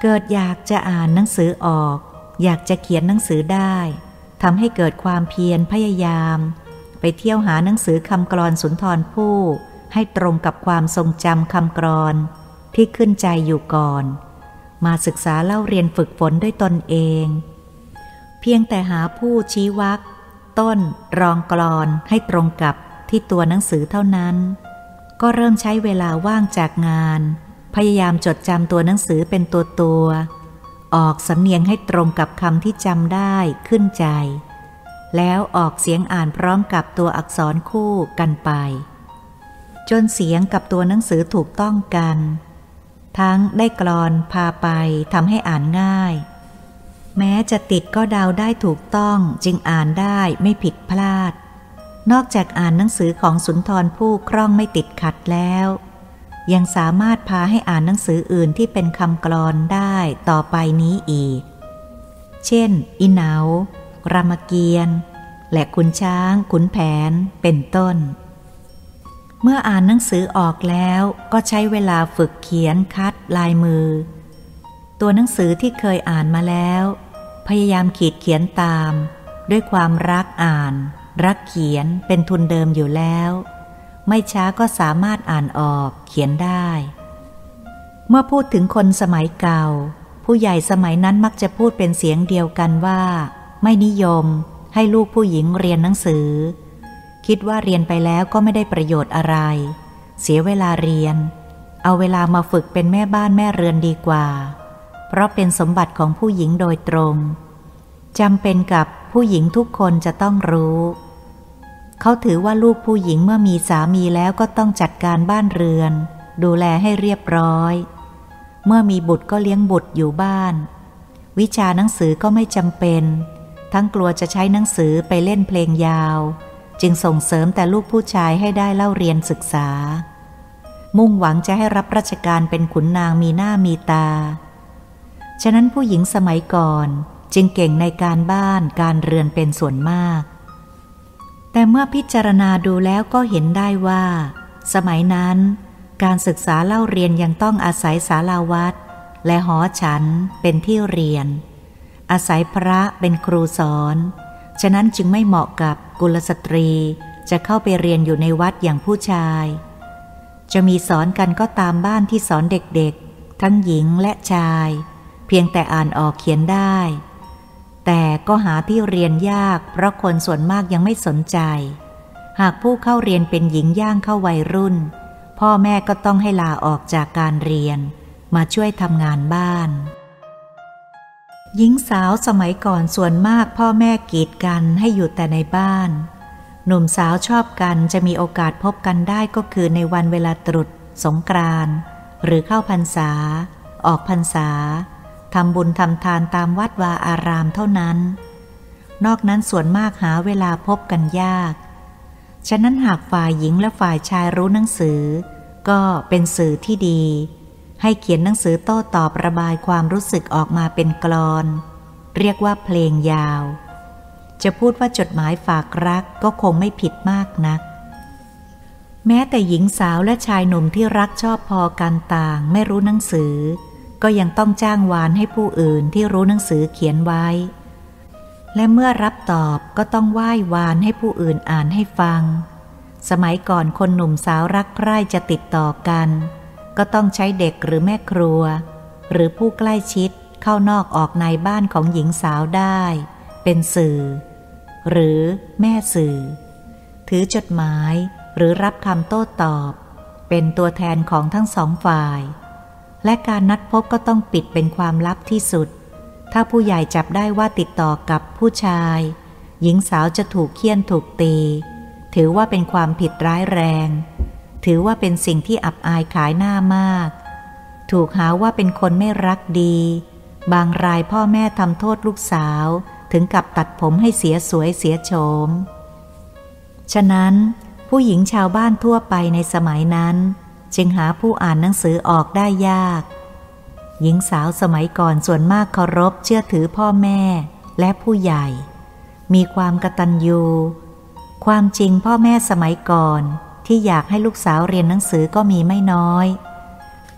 เกิดอยากจะอ่านหนังสือออกอยากจะเขียนหนังสือได้ทำให้เกิดความเพียรพยายามไปเที่ยวหาหนังสือคำกลอนสุนทรภู่ให้ตรงกับความทรงจำคำกลอนที่ขึ้นใจอยู่ก่อนมาศึกษาเล่าเรียนฝึกฝนด้วยตนเองเพียงแต่หาผู้ชี้วรรคต้นรองกลอนให้ตรงกับที่ตัวหนังสือเท่านั้นก็เริ่มใช้เวลาว่างจากงานพยายามจดจำตัวหนังสือเป็นตัวตัวออกสำเนียงให้ตรงกับคำที่จำได้ขึ้นใจแล้วออกเสียงอ่านพร้อมกับตัวอักษรคู่กันไปจนเสียงกับตัวหนังสือถูกต้องกันทั้งได้กลอนพาไปทำให้อ่านง่ายแม้จะติดก็เดาได้ถูกต้องจึงอ่านได้ไม่ผิดพลาดนอกจากอ่านหนังสือของสุนทรภู่คล่องไม่ติดขัดแล้วยังสามารถพาให้อ่านหนังสืออื่นที่เป็นคำกลอนได้ต่อไปนี้อีกเช่นอีเหนารามเกียรติ์และขุนช้างขุนแผนเป็นต้นเมื่ออ่านหนังสือออกแล้วก็ใช้เวลาฝึกเขียนคัดลายมือตัวหนังสือที่เคยอ่านมาแล้วพยายามขีดเขียนตามด้วยความรักอ่านรักเขียนเป็นทุนเดิมอยู่แล้วไม่ช้าก็สามารถอ่านออกเขียนได้เมื่อพูดถึงคนสมัยเก่าผู้ใหญ่สมัยนั้นมักจะพูดเป็นเสียงเดียวกันว่าไม่นิยมให้ลูกผู้หญิงเรียนหนังสือคิดว่าเรียนไปแล้วก็ไม่ได้ประโยชน์อะไรเสียเวลาเรียนเอาเวลามาฝึกเป็นแม่บ้านแม่เรือนดีกว่าเพราะเป็นสมบัติของผู้หญิงโดยตรงจำเป็นกับผู้หญิงทุกคนจะต้องรู้เขาถือว่าลูกผู้หญิงเมื่อมีสามีแล้วก็ต้องจัดการบ้านเรือนดูแลให้เรียบร้อยเมื่อมีบุตรก็เลี้ยงบุตรอยู่บ้านวิชาหนังสือก็ไม่จำเป็นทั้งกลัวจะใช้หนังสือไปเล่นเพลงยาวจึงส่งเสริมแต่ลูกผู้ชายให้ได้เล่าเรียนศึกษามุ่งหวังจะให้รับราชการเป็นขุนนางมีหน้ามีตาฉะนั้นผู้หญิงสมัยก่อนจึงเก่งในการบ้านการเรือนเป็นส่วนมากแต่เมื่อพิจารณาดูแล้วก็เห็นได้ว่าสมัยนั้นการศึกษาเล่าเรียนยังต้องอาศัยศาลาวัดและหอฉันเป็นที่เรียนอาศัยพระเป็นครูสอนฉะนั้นจึงไม่เหมาะกับกุลสตรีจะเข้าไปเรียนอยู่ในวัดอย่างผู้ชายจะมีสอนกันก็ตามบ้านที่สอนเด็กๆทั้งหญิงและชายเพียงแต่อ่านออกเขียนได้แต่ก็หาที่เรียนยากเพราะคนส่วนมากยังไม่สนใจหากผู้เข้าเรียนเป็นหญิงย่างเข้าวัยรุ่นพ่อแม่ก็ต้องให้ลาออกจากการเรียนมาช่วยทำงานบ้านหญิงสาวสมัยก่อนส่วนมากพ่อแม่กีดกันให้อยู่แต่ในบ้านหนุ่มสาวชอบกันจะมีโอกาสพบกันได้ก็คือในวันเวลาตรุษสงกรานต์หรือเข้าพรรษาออกพรรษาทำบุญทำทานตามวัดวาอารามเท่านั้นนอกนั้นส่วนมากหาเวลาพบกันยากฉะนั้นหากฝ่ายหญิงและฝ่ายชายรู้หนังสือก็เป็นสื่อที่ดีให้เขียนหนังสือโต้ตอบระบายความรู้สึกออกมาเป็นกลอนเรียกว่าเพลงยาวจะพูดว่าจดหมายฝากรักก็คงไม่ผิดมากนักแม้แต่หญิงสาวและชายหนุ่มที่รักชอบพอกันต่างไม่รู้หนังสือก็ยังต้องจ้างวานให้ผู้อื่นที่รู้หนังสือเขียนไว้และเมื่อรับตอบก็ต้องไหว้วานให้ผู้อื่นอ่านให้ฟังสมัยก่อนคนหนุ่มสาวรักใคร่จะติดต่อกันก็ต้องใช้เด็กหรือแม่ครัวหรือผู้ใกล้ชิดเข้านอกออกในบ้านของหญิงสาวได้เป็นสื่อหรือแม่สื่อถือจดหมายหรือรับคำโต้ตอบเป็นตัวแทนของทั้งสองฝ่ายและการนัดพบก็ต้องปิดเป็นความลับที่สุดถ้าผู้ใหญ่จับได้ว่าติดต่อกับผู้ชายหญิงสาวจะถูกเฆี่ยนถูกตีถือว่าเป็นความผิดร้ายแรงถือว่าเป็นสิ่งที่อับอายขายหน้ามากถูกหาว่าเป็นคนไม่รักดีบางรายพ่อแม่ทำโทษลูกสาวถึงกับตัดผมให้เสียสวยเสียโฉมฉะนั้นผู้หญิงชาวบ้านทั่วไปในสมัยนั้นจึงหาผู้อ่านหนังสือออกได้ยากหญิงสาวสมัยก่อนส่วนมากเคารพเชื่อถือพ่อแม่และผู้ใหญ่มีความกตัญญูความจริงพ่อแม่สมัยก่อนที่อยากให้ลูกสาวเรียนหนังสือก็มีไม่น้อย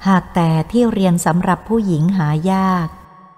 หากแต่ที่เรียนสำหรับผู้หญิงหายาก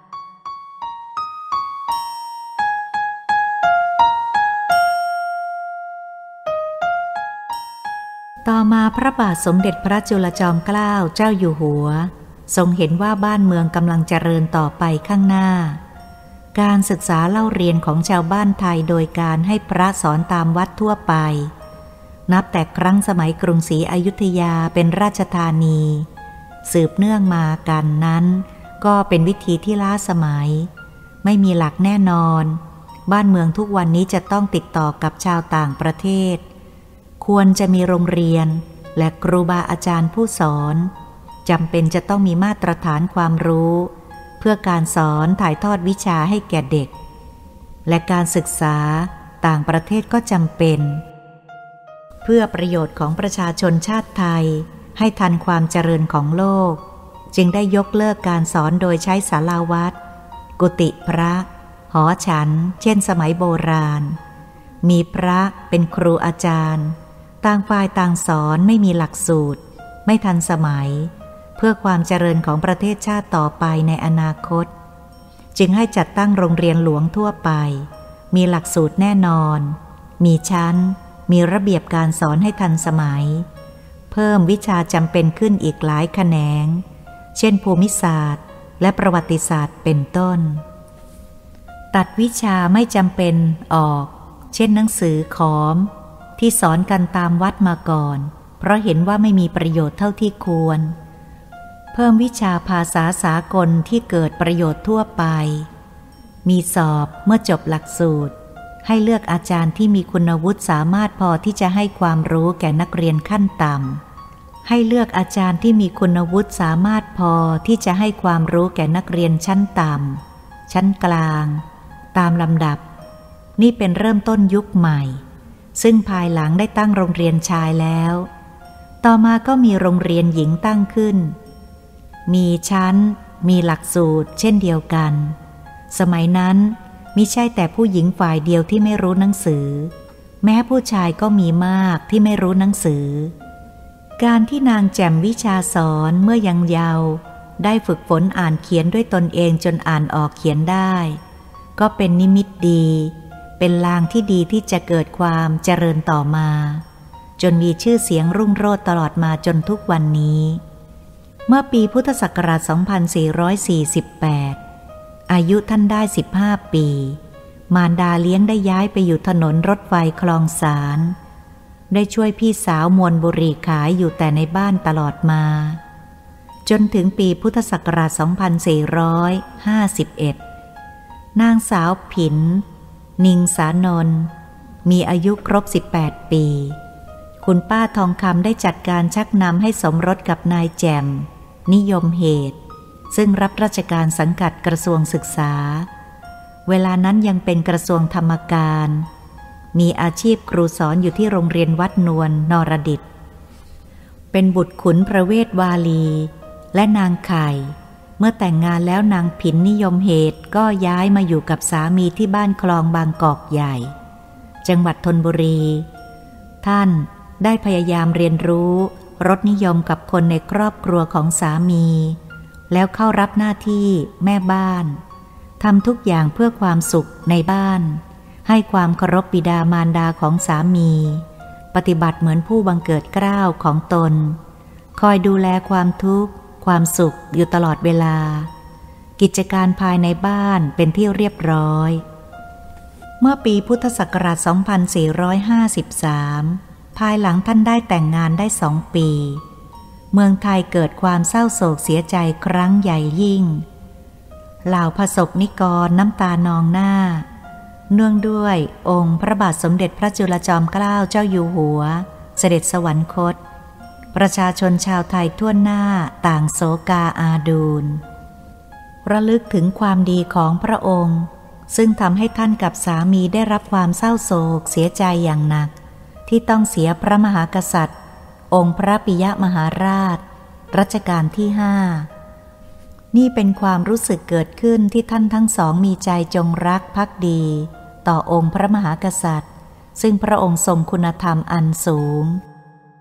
ต่อมาพระบาทสมเด็จพระจุลจอมเกล้าเจ้าอยู่หัวทรงเห็นว่าบ้านเมืองกำลังเจริญต่อไปข้างหน้าการศึกษาเล่าเรียนของชาวบ้านไทยโดยการให้พระสอนตามวัดทั่วไปนับแต่ครั้งสมัยกรุงศรีอยุธยาเป็นราชธานีสืบเนื่องมากันนั้นก็เป็นวิธีที่ล้าสมัยไม่มีหลักแน่นอนบ้านเมืองทุกวันนี้จะต้องติดต่อกับชาวต่างประเทศควรจะมีโรงเรียนและครูบาอาจารย์ผู้สอนจำเป็นจะต้องมีมาตรฐานความรู้เพื่อการสอนถ่ายทอดวิชาให้แก่เด็กและการศึกษาต่างประเทศก็จำเป็นเพื่อประโยชน์ของประชาชนชาติไทยให้ทันความเจริญของโลกจึงได้ยกเลิกการสอนโดยใช้ศาลาวัดกุฏิพระหอฉันเช่นสมัยโบราณมีพระเป็นครูอาจารย์ต่างฝ่ายต่างสอนไม่มีหลักสูตรไม่ทันสมัยเพื่อความเจริญของประเทศชาติต่อไปในอนาคตจึงให้จัดตั้งโรงเรียนหลวงทั่วไปมีหลักสูตรแน่นอนมีชั้นมีระเบียบการสอนให้ทันสมัยเพิ่มวิชาจำเป็นขึ้นอีกหลายแขนงเช่นภูมิศาสตร์และประวัติศาสตร์เป็นต้นตัดวิชาไม่จำเป็นออกเช่นหนังสือขอมที่สอนกันตามวัดมาก่อนเพราะเห็นว่าไม่มีประโยชน์เท่าที่ควรเพิ่มวิชาภาษาสากลที่เกิดประโยชน์ทั่วไปมีสอบเมื่อจบหลักสูตรให้เลือกอาจารย์ที่มีคุณวุฒิสามารถพอที่จะให้ความรู้แก่นักเรียนขั้นต่ำให้เลือกอาจารย์ที่มีคุณวุฒิสามารถพอที่จะให้ความรู้แก่นักเรียนชั้นต่ำชั้นกลางตามลำดับนี่เป็นเริ่มต้นยุคใหม่ซึ่งภายหลังได้ตั้งโรงเรียนชายแล้วต่อมาก็มีโรงเรียนหญิงตั้งขึ้นมีชั้นมีหลักสูตรเช่นเดียวกันสมัยนั้นมิใช่แต่ผู้หญิงฝ่ายเดียวที่ไม่รู้หนังสือแม้ผู้ชายก็มีมากที่ไม่รู้หนังสือการที่นางแจ่มวิชาสอนเมื่อยังเยาว์ได้ฝึกฝนอ่านเขียนด้วยตนเองจนอ่านออกเขียนได้ก็เป็นนิมิตดีเป็นลางที่ดีที่จะเกิดความเจริญต่อมาจนมีชื่อเสียงรุ่งโรจน์ตลอดมาจนทุกวันนี้เมื่อปีพุทธศักราช สองพันสี่ร้อยสี่สิบแปด อายุท่านได้ สิบห้า ปีมารดาเลี้ยงได้ย้ายไปอยู่ถนนรถไฟคลองสารได้ช่วยพี่สาวมวนบุหรี่ขายอยู่แต่ในบ้านตลอดมาจนถึงปีพุทธศักราช สองพันสี่ร้อยห้าสิบเอ็ด นางสาวผินนิงสานนท์มีอายุครบ สิบแปด ปีคุณป้าทองคำได้จัดการชักนำให้สมรสกับนายแจ่มนิยมเหตุซึ่งรับราชการสังกัดกระทรวงศึกษาเวลานั้นยังเป็นกระทรวงธรรมการมีอาชีพครูสอนอยู่ที่โรงเรียนวัดนวลนรดิตเป็นบุตรขุนพระเวทวาลีและนางไข่เมื่อแต่งงานแล้วนางผินนิยมเหตุก็ย้ายมาอยู่กับสามีที่บ้านคลองบางกอกใหญ่จังหวัดธนบุรีท่านได้พยายามเรียนรู้รสนิยมกับคนในครอบครัวของสามีแล้วเข้ารับหน้าที่แม่บ้านทำทุกอย่างเพื่อความสุขในบ้านให้ความเคารพบิดามารดาของสามีปฏิบัติเหมือนผู้บังเกิดเกล้าของตนคอยดูแลความทุกข์ความสุขอยู่ตลอดเวลากิจการภายในบ้านเป็นที่เรียบร้อยเมื่อปีพุทธศักราช สองพันสี่ร้อยห้าสิบสาม ภายหลังท่านได้แต่งงานได้สองปีเมืองไทยเกิดความเศร้าโศกเสียใจครั้งใหญ่ยิ่งเหล่าประสบนิกรน้ำตานองหน้าเนื่องด้วยองค์พระบาทสมเด็จพระจุลจอมเกล้าเจ้าอยู่หัวเสด็จสวรรคตประชาชนชาวไทยทั่วหน้าต่างโศกาอาดูลระลึกถึงความดีของพระองค์ซึ่งทำให้ท่านกับสามีได้รับความเศร้าโศกเสียใจอย่างหนักที่ต้องเสียพระมหากษัตริย์องค์พระปิยมหาราชรัชกาลที่ห้านี่เป็นความรู้สึกเกิดขึ้นที่ท่านทั้งสองมีใจจงรักภักดีต่อองค์พระมหากษัตริย์ซึ่งพระองค์ทรงคุณธรรมอันสูง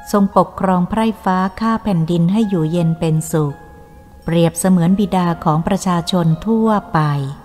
ทรงปกครองไพร่ฟ้าข้าแผ่นดินให้อยู่เย็นเป็นสุขเปรียบเสมือนบิดาของประชาชนทั่วไป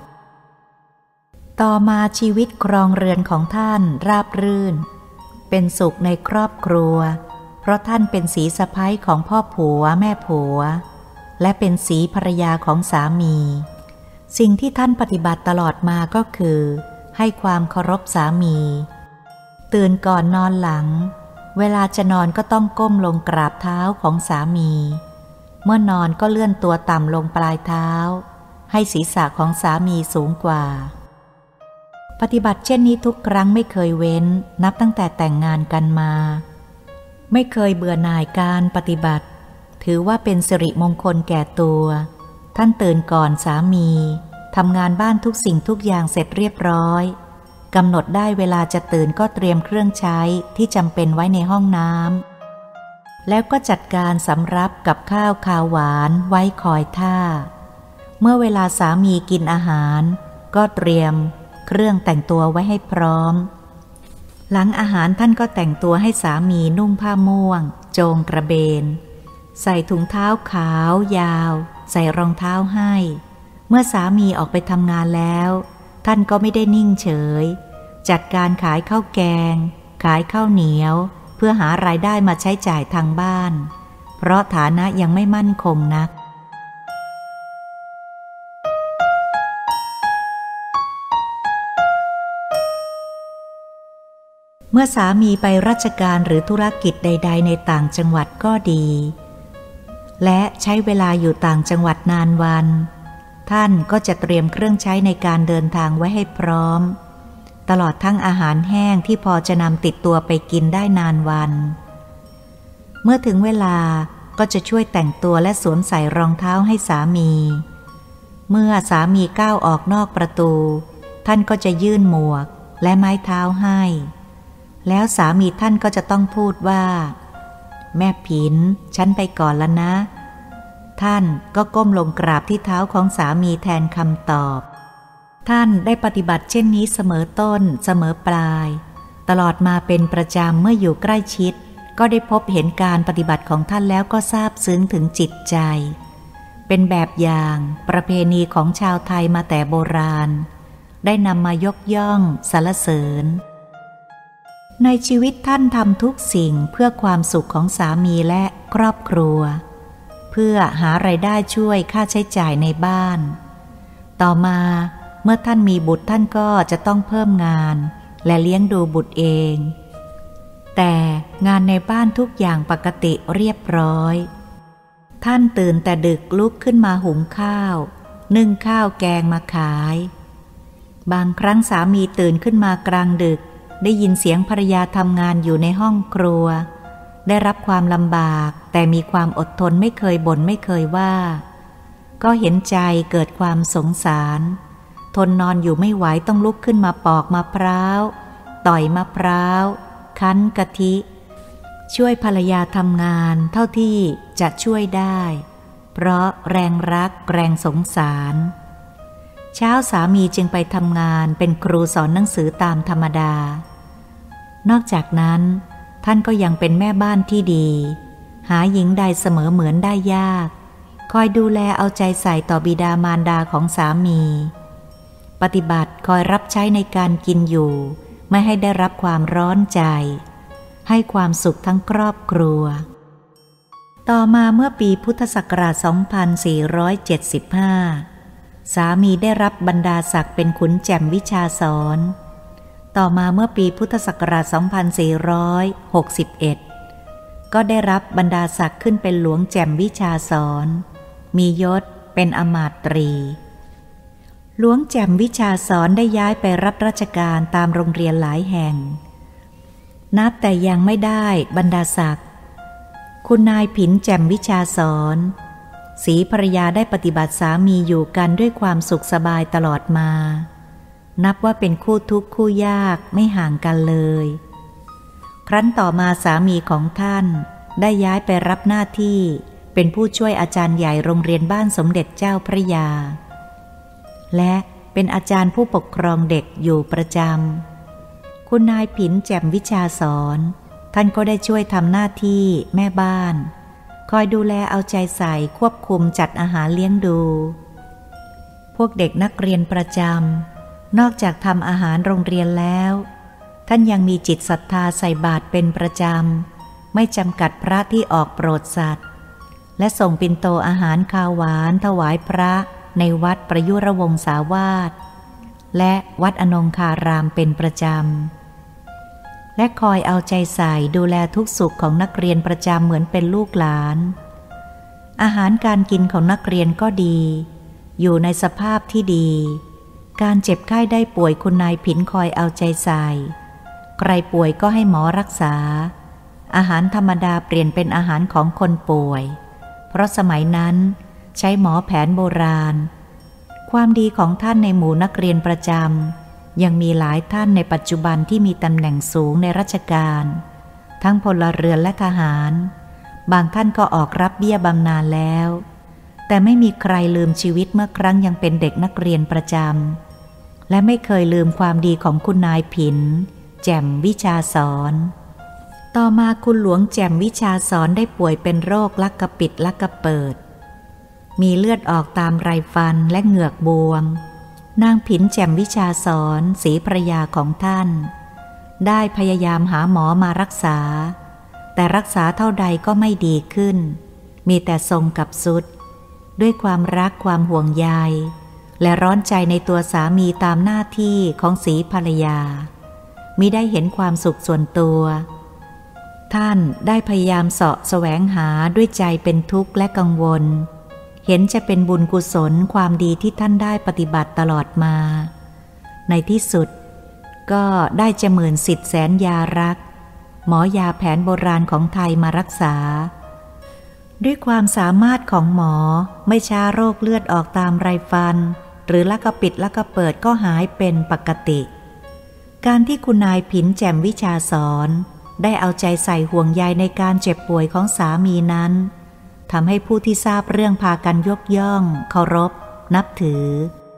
ต่อมาชีวิตครองเรือนของท่านราบรื่นเป็นสุขในครอบครัวเพราะท่านเป็นสีสะใภ้ของพ่อผัวแม่ผัวและเป็นสีภรรยาของสามีสิ่งที่ท่านปฏิบัติตลอดมาก็คือให้ความเคารพสามีตื่นก่อนนอนหลังเวลาจะนอนก็ต้องก้มลงกราบเท้าของสามีเมื่อนอนก็เลื่อนตัวต่ำลงปลายเท้าให้ศีรษะของสามีสูงกว่าปฏิบัติเช่นนี้ทุกครั้งไม่เคยเว้นนับตั้งแต่แต่งงานกันมาไม่เคยเบื่อหน่ายการปฏิบัติถือว่าเป็นสิริมงคลแก่ตัวท่านตื่นก่อนสามีทำงานบ้านทุกสิ่งทุกอย่างเสร็จเรียบร้อยกำหนดได้เวลาจะตื่นก็เตรียมเครื่องใช้ที่จำเป็นไว้ในห้องน้ำแล้วก็จัดการสำรับกับข้าวคาวหวานไว้คอยท่าเมื่อเวลาสามีกินอาหารก็เตรียมเครื่องแต่งตัวไว้ให้พร้อมหลังอาหารท่านก็แต่งตัวให้สามีนุ่งผ้าม่วงโจงกระเบนใส่ถุงเท้าขาวยาวใส่รองเท้าให้เมื่อสามีออกไปทำงานแล้วท่านก็ไม่ได้นิ่งเฉยจัดการขายข้าวแกงขายข้าวเหนียวเพื่อหารายได้มาใช้จ่ายทางบ้านเพราะฐานะยังไม่มั่นคงนักเมื่อสามีไปราชการหรือธุรกิจใดๆในต่างจังหวัดก็ดีและใช้เวลาอยู่ต่างจังหวัดนานวันท่านก็จะเตรียมเครื่องใช้ในการเดินทางไว้ให้พร้อมตลอดทั้งอาหารแห้งที่พอจะนำติดตัวไปกินได้นานวันเมื่อถึงเวลาก็จะช่วยแต่งตัวและสวมใส่รองเท้าให้สามีเมื่อสามีก้าวออกนอกประตูท่านก็จะยื่นหมวกและไม้เท้าให้แล้วสามีท่านก็จะต้องพูดว่าแม่ผินฉันไปก่อนแล้วนะท่านก็ก้มลงกราบที่เท้าของสามีแทนคำตอบท่านได้ปฏิบัติเช่นนี้เสมอต้นเสมอปลายตลอดมาเป็นประจำเมื่ออยู่ใกล้ชิดก็ได้พบเห็นการปฏิบัติของท่านแล้วก็ซาบซึ้งถึงจิตใจเป็นแบบอย่างประเพณีของชาวไทยมาแต่โบราณได้นำมายกย่องสรรเสริญในชีวิตท่านทำทุกสิ่งเพื่อความสุขของสามีและครอบครัวเพื่อหารายได้ช่วยค่าใช้จ่ายในบ้านต่อมาเมื่อท่านมีบุตรท่านก็จะต้องเพิ่มงานและเลี้ยงดูบุตรเองแต่งานในบ้านทุกอย่างปกติเรียบร้อยท่านตื่นแต่ดึกลุกขึ้นมาหุงข้าวนึ่งข้าวแกงมาขายบางครั้งสามีตื่นขึ้นมากลางดึกได้ยินเสียงภรรยาทำงานอยู่ในห้องครัวได้รับความลำบากแต่มีความอดทนไม่เคยบ่นไม่เคยว่าก็เห็นใจเกิดความสงสารทนนอนอยู่ไม่ไหวต้องลุกขึ้นมาปอกมะพร้าวต่อยมะพร้าวคั้นกะทิช่วยภรรยาทำงานเท่าที่จะช่วยได้เพราะแรงรักแรงสงสารเช้าสามีจึงไปทำงานเป็นครูสอนหนังสือตามธรรมดานอกจากนั้นท่านก็ยังเป็นแม่บ้านที่ดีหาหญิงใดเสมอเหมือนได้ยากคอยดูแลเอาใจใส่ต่อบิดามารดาของสามีปฏิบัติคอยรับใช้ในการกินอยู่ไม่ให้ได้รับความร้อนใจให้ความสุขทั้งครอบครัวต่อมาเมื่อปีพุทธศักราช สองพันสี่ร้อยเจ็ดสิบห้า สามีได้รับบรรดาศักดิ์เป็นขุนแจ่มวิชาสอนต่อมาเมื่อปีพุทธศักราช สองพันสี่ร้อยหกสิบเอ็ด ก็ได้รับบรรดาศักดิ์ขึ้นเป็นหลวงแจ่มวิชาสอนมียศเป็นอมาตรีหลวงแจ่มวิชาสอนได้ย้ายไปรับราชการตามโรงเรียนหลายแห่งนับแต่ยังไม่ได้บรรดาศักดิ์คุณนายผินแจ่มวิชาสอนศรีภรรยาได้ปฏิบัติสามีอยู่กันด้วยความสุขสบายตลอดมานับว่าเป็นคู่ทุกข์คู่ยากไม่ห่างกันเลยครั้นต่อมาสามีของท่านได้ย้ายไปรับหน้าที่เป็นผู้ช่วยอาจารย์ใหญ่โรงเรียนบ้านสมเด็จเจ้าพระยาและเป็นอาจารย์ผู้ปกครองเด็กอยู่ประจำคุณนายผินแจ่มวิชาสอนท่านก็ได้ช่วยทำหน้าที่แม่บ้านคอยดูแลเอาใจใส่ควบคุมจัดอาหารเลี้ยงดูพวกเด็กนักเรียนประจำนอกจากทำอาหารโรงเรียนแล้วท่านยังมีจิตศรัทธาใส่บาตรเป็นประจำไม่จำกัดพระที่ออกโปรดสัตว์และส่งปิ่นโตอาหารคาวหวานถวายพระในวัดประยุรวงศาวาสและวัดอนงคารามเป็นประจำและคอยเอาใจใส่ดูแลทุกสุขของนักเรียนประจำเหมือนเป็นลูกหลานอาหารการกินของนักเรียนก็ดีอยู่ในสภาพที่ดีการเจ็บไข้ได้ป่วยคุณนายผินคอยเอาใจใส่ใครป่วยก็ให้หมอรักษาอาหารธรรมดาเปลี่ยนเป็นอาหารของคนป่วยเพราะสมัยนั้นใช้หมอแผนโบราณความดีของท่านในหมู่นักเรียนประจำยังมีหลายท่านในปัจจุบันที่มีตำแหน่งสูงในราชการทั้งพลเรือนและทหารบางท่านก็ออกรับเบี้ยบำนาญแล้วแต่ไม่มีใครลืมชีวิตเมื่อครั้งยังเป็นเด็กนักเรียนประจำและไม่เคยลืมความดีของคุณนายผินแจ่มวิชาสอนต่อมาคุณหลวงแจ่มวิชาสอนได้ป่วยเป็นโรคลักกระปิดลักกระเปิดมีเลือดออกตามไรฟันและเหงือกบวมนางผินแจ่มวิชาสอนศรีภรรยาของท่านได้พยายามหาหมอมารักษาแต่รักษาเท่าใดก็ไม่ดีขึ้นมีแต่ทรงกับสุดด้วยความรักความห่วงใยและร้อนใจในตัวสามีตามหน้าที่ของศรีภรรยามิได้เห็นความสุขส่วนตัวท่านได้พยายามเสาะแสวงหาด้วยใจเป็นทุกข์และกังวลเห็นจะเป็นบุญกุศลความดีที่ท่านได้ปฏิบัติตลอดมาในที่สุดก็ได้จะหมื่นสิทธิแสนยารักหมอยาแผนโบราณของไทยมารักษาด้วยความสามารถของหมอไม่ช้าโรคเลือดออกตามไรฟันหรือลักกระปิดลักกระเปิดก็หายเป็นปกติการที่คุณนายผินแจ่มวิชาสอนได้เอาใจใส่ห่วงใยในการเจ็บป่วยของสามีนั้นทำให้ผู้ที่ทราบเรื่องพากันยกย่องเคารพนับถือ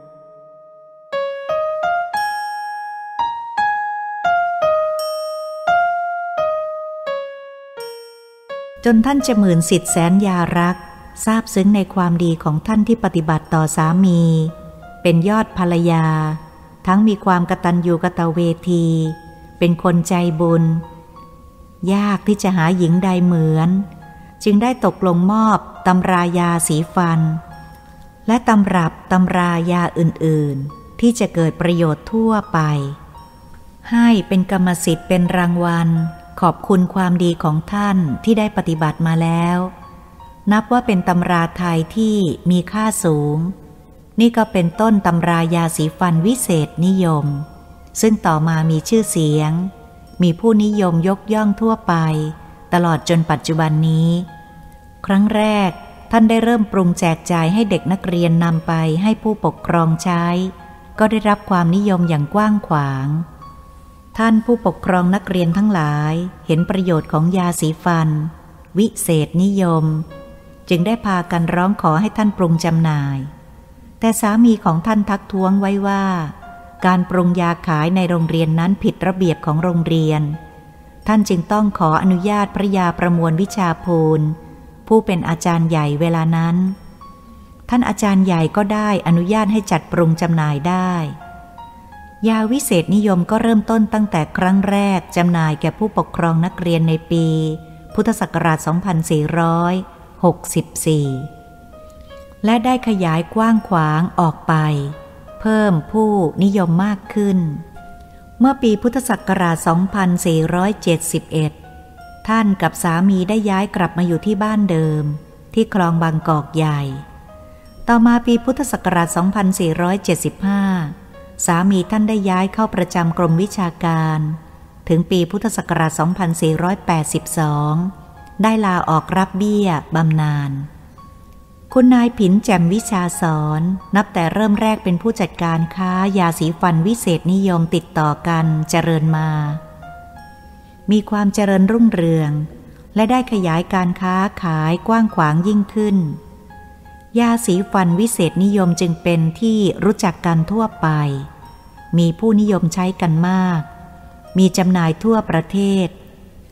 จนท่านจะหมื่นสิทธิแสนยารักทราบซึ้งในความดีของท่านที่ปฏิบัติต่อสามีเป็นยอดภรรยาทั้งมีความกตัญญูกตเวทีเป็นคนใจบุญยากที่จะหาหญิงใดเหมือนจึงได้ตกลงมอบตำรายาสีฟันและตำรับตำรายาอื่นๆที่จะเกิดประโยชน์ทั่วไปให้เป็นกรรมสิทธิ์เป็นรางวัลขอบคุณความดีของท่านที่ได้ปฏิบัติมาแล้วนับว่าเป็นตำราไทยที่มีค่าสูงนี่ก็เป็นต้นตำรายาสีฟันวิเศษนิยมซึ่งต่อมามีชื่อเสียงมีผู้นิยมยกย่องทั่วไปตลอดจนปัจจุบันนี้ครั้งแรกท่านได้เริ่มปรุงแจกจ่ายให้เด็กนักเรียนนำไปให้ผู้ปกครองใช้ก็ได้รับความนิยมอย่างกว้างขวางท่านผู้ปกครองนักเรียนทั้งหลายเห็นประโยชน์ของยาสีฟันวิเศษนิยมจึงได้พากันร้องขอให้ท่านปรุงจำหน่ายแต่สามีของท่านทักท้วงไว้ว่าการปรุงยาขายในโรงเรียนนั้นผิดระเบียบของโรงเรียนท่านจึงต้องขออนุญาตพระยาประมวลวิชาภูลผู้เป็นอาจารย์ใหญ่เวลานั้นท่านอาจารย์ใหญ่ก็ได้อนุญาตให้จัดปรุงจำหน่ายได้ยาวิเศษนิยมก็เริ่มต้นตั้งแต่ครั้งแรกจำหน่ายแก่ผู้ปกครองนักเรียนในปีพุทธศักราช สองพันสี่ร้อยหกสิบสี่ และได้ขยายกว้างขวางออกไปเพิ่มผู้นิยมมากขึ้นเมื่อปีพุทธศักราช สองพันสี่ร้อยเจ็ดสิบเอ็ด ท่านกับสามีได้ย้ายกลับมาอยู่ที่บ้านเดิมที่คลองบางกอกใหญ่ต่อมาปีพุทธศักราช สองพันสี่ร้อยเจ็ดสิบห้า สามีท่านได้ย้ายเข้าประจำกรมวิชาการถึงปีพุทธศักราช สองพันสี่ร้อยแปดสิบสอง ได้ลาออกรับเบี้ยบำนาญคุณนายผินแจ่มวิชาสอนนับแต่เริ่มแรกเป็นผู้จัดการค้ายาสีฟันวิเศษนิยมติดต่อกันเจริญมามีความเจริญรุ่งเรืองและได้ขยายการค้าขายกว้างขวางยิ่งขึ้นยาสีฟันวิเศษนิยมจึงเป็นที่รู้จักกันทั่วไปมีผู้นิยมใช้กันมากมีจำหน่ายทั่วประเทศ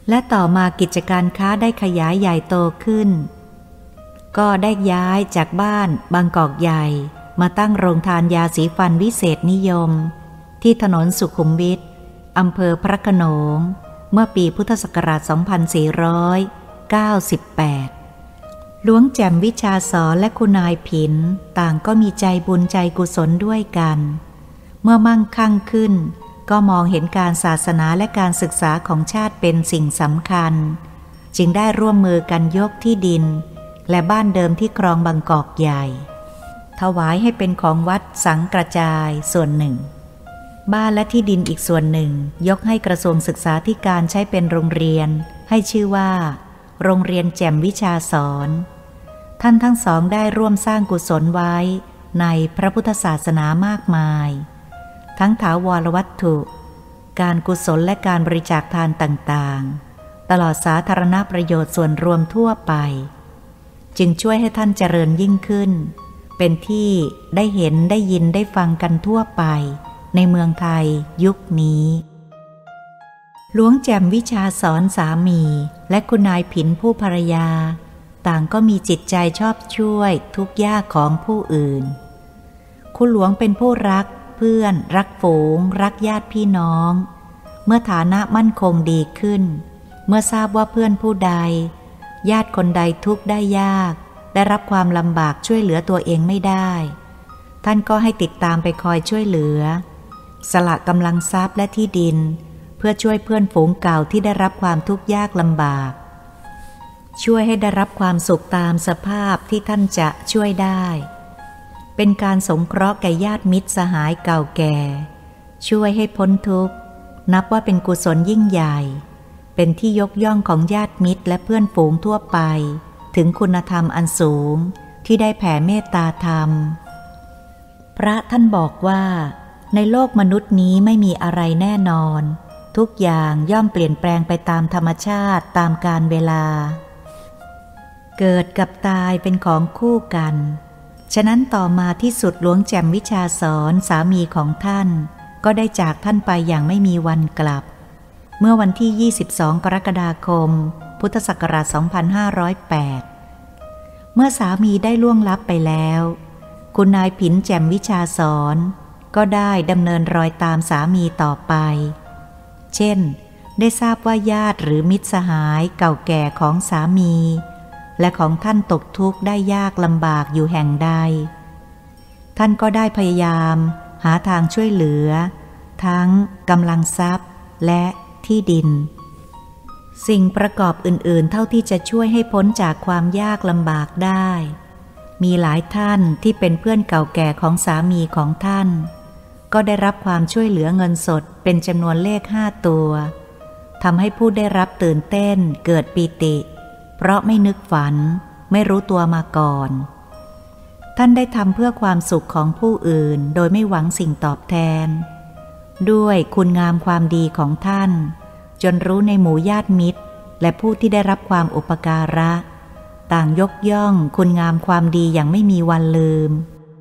และต่อมากิจการค้าได้ขยายใหญ่โตขึ้นก็ได้ย้ายจากบ้านบางกอกใหญ่มาตั้งโรงทานยาสีฟันวิเศษนิยมที่ถนนสุขุมวิทอำเภอพระโขนงเมื่อปีพุทธศักราช สองพันสี่ร้อยเก้าสิบแปด หลวงแจ่มวิชาสอนและคุณนายผินต่างก็มีใจบุญใจกุศลด้วยกันเมื่อมั่งคั่งขึ้นก็มองเห็นการศาสนาและการศึกษาของชาติเป็นสิ่งสำคัญจึงได้ร่วมมือกันยกที่ดินและบ้านเดิมที่ครองบางกอกใหญ่ถวายให้เป็นของวัดสังกระจายส่วนหนึ่งบ้านและที่ดินอีกส่วนหนึ่งยกให้กระทรวงศึกษาธิการใช้เป็นโรงเรียนให้ชื่อว่าโรงเรียนแจ่มวิชาสอนท่านทั้งสองได้ร่วมสร้างกุศลไว้ในพระพุทธศาสนามากมายทั้งถาวรวัตถุการกุศลและการบริจาคทานต่างๆตลอดสาธารณประโยชน์ส่วนรวมทั่วไปจึงช่วยให้ท่านเจริญยิ่งขึ้นเป็นที่ได้เห็นได้ยินได้ฟังกันทั่วไปในเมืองไทยยุคนี้หลวงแจ่มวิชาสอนสามีและคุณนายผินผู้ภรรยาต่างก็มีจิตใจชอบช่วยทุกยากของผู้อื่นคุณหลวงเป็นผู้รักเพื่อนรักฝูงรักญาติพี่น้องเมื่อฐานะมั่นคงดีขึ้นเมื่อทราบว่าเพื่อนผู้ใดญาติคนใดทุกข์ได้ยากได้รับความลำบากช่วยเหลือตัวเองไม่ได้ท่านก็ให้ติดตามไปคอยช่วยเหลือสละกำลังทรัพย์และที่ดินเพื่อช่วยเพื่อนฝูงเก่าที่ได้รับความทุกข์ยากลำบากช่วยให้ได้รับความสุขตามสภาพที่ท่านจะช่วยได้เป็นการสงเคราะห์แก่ญาติมิตรสหายเก่าแก่ช่วยให้พ้นทุกข์นับว่าเป็นกุศลยิ่งใหญ่เป็นที่ยกย่องของญาติมิตรและเพื่อนฝูงทั่วไปถึงคุณธรรมอันสูงที่ได้แผ่เมตตาธรรมพระท่านบอกว่าในโลกมนุษย์นี้ไม่มีอะไรแน่นอนทุกอย่างย่อมเปลี่ยนแปลงไปตามธรรมชาติตามกาลเวลาเกิดกับตายเป็นของคู่กันฉะนั้นต่อมาที่สุดหลวงแจ่มวิชาสอนสามีของท่านก็ได้จากท่านไปอย่างไม่มีวันกลับเมื่อวันที่ยี่สิบสองกรกฎาคมพุทธศักราช สองพันห้าร้อยแปด เมื่อสามีได้ล่วงลับไปแล้วคุณนายผินแจ่มวิชาสอนก็ได้ดำเนินรอยตามสามีต่อไปเช่นได้ทราบว่าญาติหรือมิตรสหายเก่าแก่ของสามีและของท่านตกทุกข์ได้ยากลำบากอยู่แห่งใดท่านก็ได้พยายามหาทางช่วยเหลือทั้งกำลังทรัพย์และที่ดินสิ่งประกอบอื่นๆเท่าที่จะช่วยให้พ้นจากความยากลำบากได้มีหลายท่านที่เป็นเพื่อนเก่าแก่ของสามีของท่านก็ได้รับความช่วยเหลือเงินสดเป็นจำนวนเลขห้าตัวทำให้ผู้ได้รับตื่นเต้นเกิดปีติเพราะไม่นึกฝันไม่รู้ตัวมาก่อนท่านได้ทำเพื่อความสุขของผู้อื่นโดยไม่หวังสิ่งตอบแทนด้วยคุณงามความดีของท่านจนรู้ในหมู่ญาติมิตรและผู้ที่ได้รับความอุปการะต่างยกย่องคุณงามความดีอย่างไม่มีวันลืม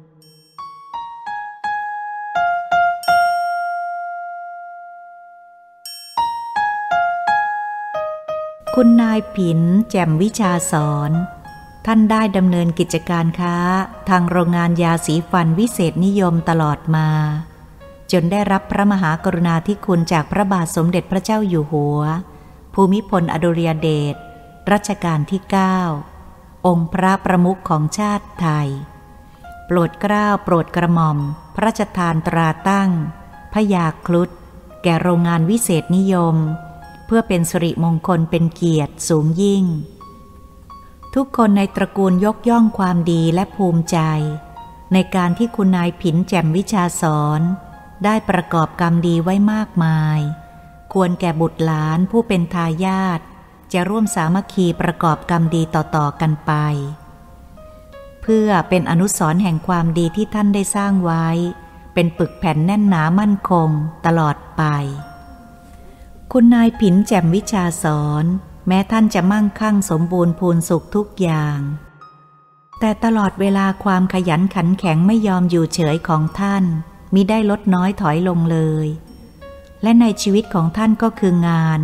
คุณนายผินแจ่มวิชาสอนท่านได้ดำเนินกิจการค้าทางโรงงานยาสีฟันวิเศษนิยมตลอดมาจนได้รับพระมหากรุณาธิคุณจากพระบาทสมเด็จพระเจ้าอยู่หัวภูมิพลอดุลยเดชรัชกาลที่เก้าองค์พระประมุขของชาติไทยโปรดเกล้าโปรดกระหม่อมพระราชทานตราตั้งพญาครุฑแก่โรงงานวิเศษนิยมเพื่อเป็นสิริมงคลเป็นเกียรติสูงยิ่งทุกคนในตระกูลยกย่องความดีและภูมิใจในการที่คุณนายผินแจ่มวิชาสอนได้ประกอบกรรมดีไว้มากมายควรแก่บุตรหลานผู้เป็นทายาทจะร่วมสามัคคีประกอบกรรมดีต่อๆกันไปเพื่อเป็นอนุสรณ์แห่งความดีที่ท่านได้สร้างไว้เป็นปึกแผ่นแน่นหนามั่นคงตลอดไปคุณนายผินแจ่มวิชาสอนแม้ท่านจะมั่งคั่งสมบูรณ์พูนสุขทุกอย่างแต่ตลอดเวลาความขยันขันแข็งไม่ยอมอยู่เฉยของท่านมิได้ลดน้อยถอยลงเลยและในชีวิตของท่านก็คืองานคว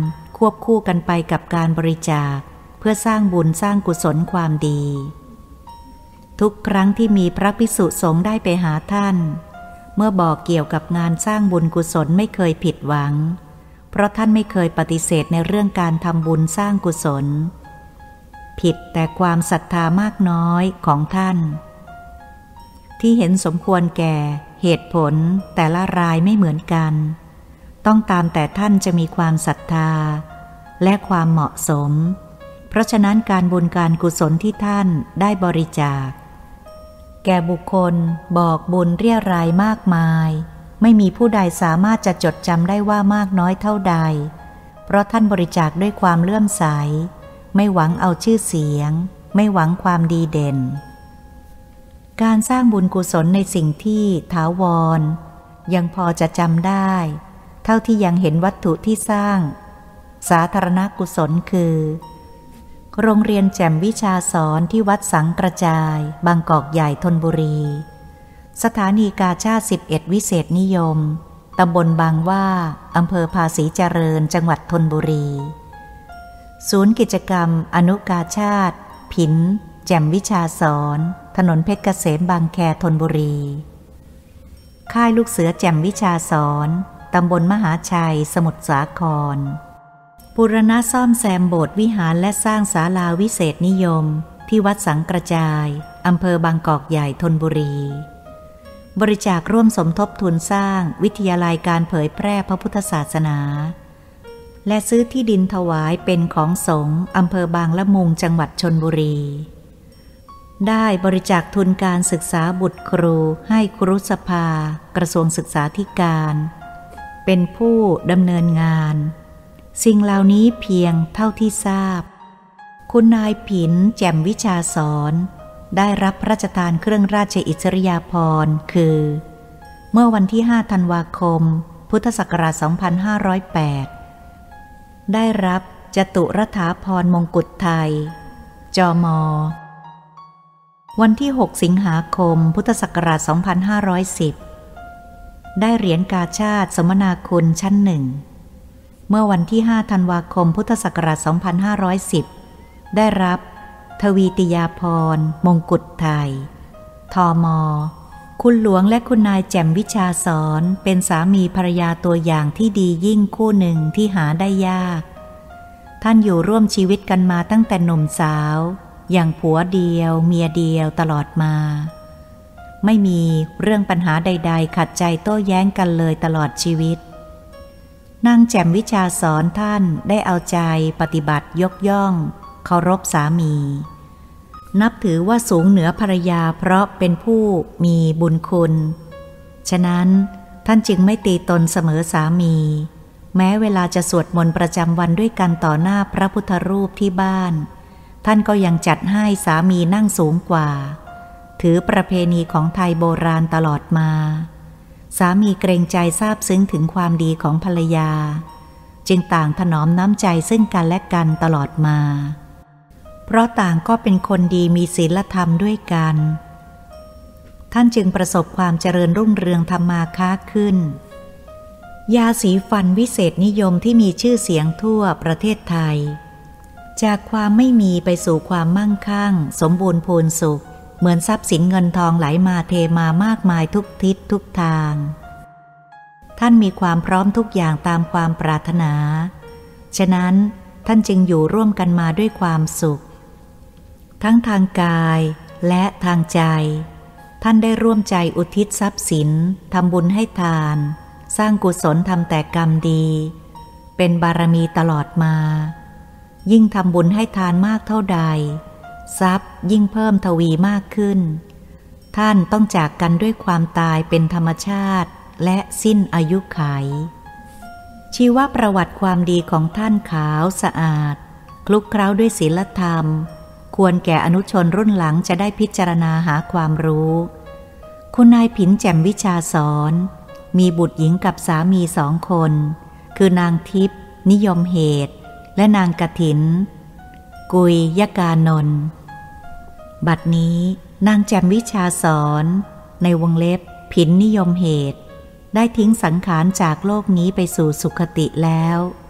ควบคู่กันไปกับการบริจาคเพื่อสร้างบุญสร้างกุศลความดีทุกครั้งที่มีพระภิกษุสงฆ์ได้ไปหาท่านเมื่อบอกเกี่ยวกับงานสร้างบุญกุศลไม่เคยผิดหวังเพราะท่านไม่เคยปฏิเสธในเรื่องการทำบุญสร้างกุศลผิดแต่ความศรัทธามากน้อยของท่านที่เห็นสมควรแก่เหตุผลแต่ละรายไม่เหมือนกันต้องตามแต่ท่านจะมีความศรัทธาและความเหมาะสมเพราะฉะนั้นการบุญการกุศลที่ท่านได้บริจาคแก่บุคคลบอกบุญเรี่ยรายมากมายไม่มีผู้ใดสามารถจะจดจำได้ว่ามากน้อยเท่าใดเพราะท่านบริจาคด้วยความเลื่อมใสไม่หวังเอาชื่อเสียงไม่หวังความดีเด่นการสร้างบุญกุศลในสิ่งที่ถาวรยังพอจะจำได้เท่าที่ยังเห็นวัตถุที่สร้างสาธารณกุศลคือโรงเรียนแจ่มวิชาสอนที่วัดสังกระจายบางกอกใหญ่ธนบุรีสถานีกาชาดสิบเอ็ดวิเศษนิยมตำบลบางว่าอำเภอภาษีเจริญจังหวัดธนบุรีศูนย์กิจกรรมอนุกาชาดผินแจ่มวิชาสอนถนนเพชรเกษมบางแคธนบุรีค่ายลูกเสือแจ่มวิชาสอนตำบลมหาชัยสมุทรสาครบูรณะซ่อมแซมโบสถ์วิหารและสร้างศาลาวิเศษนิยมที่วัดสังกระจายอำเภอบางกอกใหญ่ธนบุรีบริจาคร่วมสมทบทุนสร้างวิทยาลัยการเผยแพร่พระพุทธศาสนาและซื้อที่ดินถวายเป็นของสงฆ์อำเภอบางละมุงจังหวัดชลบุรีได้บริจาคทุนการศึกษาบุตรครูให้ครุสภากระทรวงศึกษาธิการเป็นผู้ดำเนินงานสิ่งเหล่านี้เพียงเท่าที่ทราบคุณนายผินแจ่มวิชาสอนได้รับพระราชทานเครื่องราชอิสริยาภรณ์คือเมื่อวันที่ห้าธันวาคมพุทธศักราชสองพันห้าร้อยแปดได้รับจตุรถาภรณ์มงกุฎไทยจม.วันที่หกสิงหาคมพุทธศักราชสองพันห้าร้อยสิบได้เหรียญกาชาดสมนาคุณชั้นหนึ่งเมื่อวันที่ห้าธันวาคมพุทธศักราชสองพันห้าร้อยสิบได้รับทวีติยาภรณ์มงกุฎไทยทม.คุณหลวงและคุณนายแจ่มวิชาสอนเป็นสามีภรรยาตัวอย่างที่ดียิ่งคู่หนึ่งที่หาได้ยากท่านอยู่ร่วมชีวิตกันมาตั้งแต่หนุ่มสาวอย่างผัวเดียวเมียเดียวตลอดมาไม่มีเรื่องปัญหาใดๆขัดใจโต้แย้งกันเลยตลอดชีวิตนางแจ่มวิชาสอนท่านได้เอาใจปฏิบัติยกย่องเคารพสามีนับถือว่าสูงเหนือภรรยาเพราะเป็นผู้มีบุญคุณฉะนั้นท่านจึงไม่ตีตนเสมอสามีแม้เวลาจะสวดมนต์ประจำวันด้วยกันต่อหน้าพระพุทธรูปที่บ้านท่านก็ยังจัดให้สามีนั่งสูงกว่าถือประเพณีของไทยโบราณตลอดมาสามีเกรงใจซาบซึ้งถึงความดีของภรรยาจึงต่างถนอมน้ำใจซึ่งกันและกันตลอดมาเพราะต่างก็เป็นคนดีมีศีลธรรมด้วยกันท่านจึงประสบความเจริญรุ่งเรืองทำมาค้าขึ้นยาสีฟันวิเศษนิยมที่มีชื่อเสียงทั่วประเทศไทยจากความไม่มีไปสู่ความมั่งคั่งสมบูรณ์พูนสุขเหมือนทรัพย์สินเงินทองไหลมาเทมามากมายทุกทิศทุกทางท่านมีความพร้อมทุกอย่างตามความปรารถนาฉะนั้นท่านจึงอยู่ร่วมกันมาด้วยความสุขทั้งทางกายและทางใจท่านได้ร่วมใจอุทิศทรัพย์สินทำบุญให้ทานสร้างกุศลทำแต่กรรมดีเป็นบารมีตลอดมายิ่งทำบุญให้ทานมากเท่าใดทรัพย์ยิ่งเพิ่มทวีมากขึ้นท่านต้องจากกันด้วยความตายเป็นธรรมชาติและสิ้นอายุขัยชีวประวัติความดีของท่านขาวสะอาดคลุกเคล้าด้วยศีลธรรมควรแก่อนุชนรุ่นหลังจะได้พิจารณาหาความรู้คุณนายผินแจ่มวิชาสอนมีบุตรหญิงกับสามีสองคนคือนางทิพย์นิยมเหตุและนางกฐินกุยยกานนท์บัดนี้นางแจ่มวิชาสอนในวงเล็บผินนิยมเหตุได้ทิ้งสังขารจากโลกนี้ไปสู่สุคติแล้ว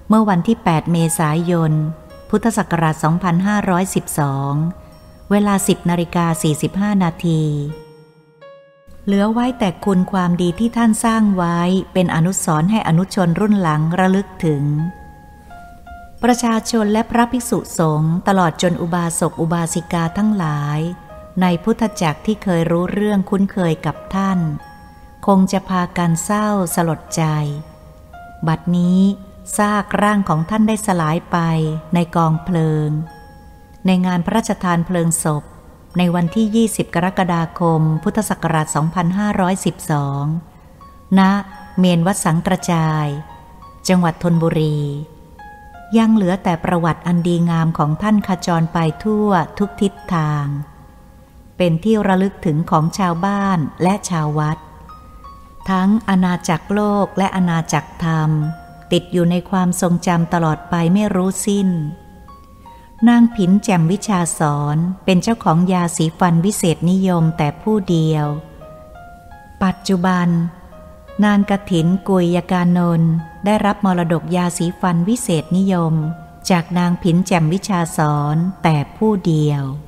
เมื่อวันที่แปดเมษายนพุทธศักราชสองพันห้าร้อยสิบสองเวลา สิบนาฬิกาสี่สิบห้านาทีเหลือไว้แต่คุณความดีที่ท่านสร้างไว้เป็นอนุสรณ์ให้อนุชนรุ่นหลังระลึกถึงประชาชนและพระภิกษุสงฆ์ตลอดจนอุบาสกอุบาสิกาทั้งหลายในพุทธจักรที่เคยรู้เรื่องคุ้นเคยกับท่านคงจะพากันเศร้าสลดใจบัดนี้ซากร่างของท่านได้สลายไปในกองเพลิงในงานพระราชทานเพลิงศพในวันที่ยี่สิบกรกฎาคมพุทธศักราชสองพันห้าร้อยสิบสองณเมนวัดสังกระจายจังหวัดธนบุรียังเหลือแต่ประวัติอันดีงามของท่านขจรไปทั่วทุกทิศทางเป็นที่ระลึกถึงของชาวบ้านและชาววัดทั้งอาณาจักรโลกและอาณาจักรธรรมติดอยู่ในความทรงจำตลอดไปไม่รู้สิ้นนางผินแจ่มวิชาสอนเป็นเจ้าของยาสีฟันวิเศษนิยมแต่ผู้เดียวปัจจุบันนางกฐินกุยยการนนท์ได้รับมรดกยาสีฟันวิเศษนิยมจากนางผินแจ่มวิชาสอนแต่ผู้เดียว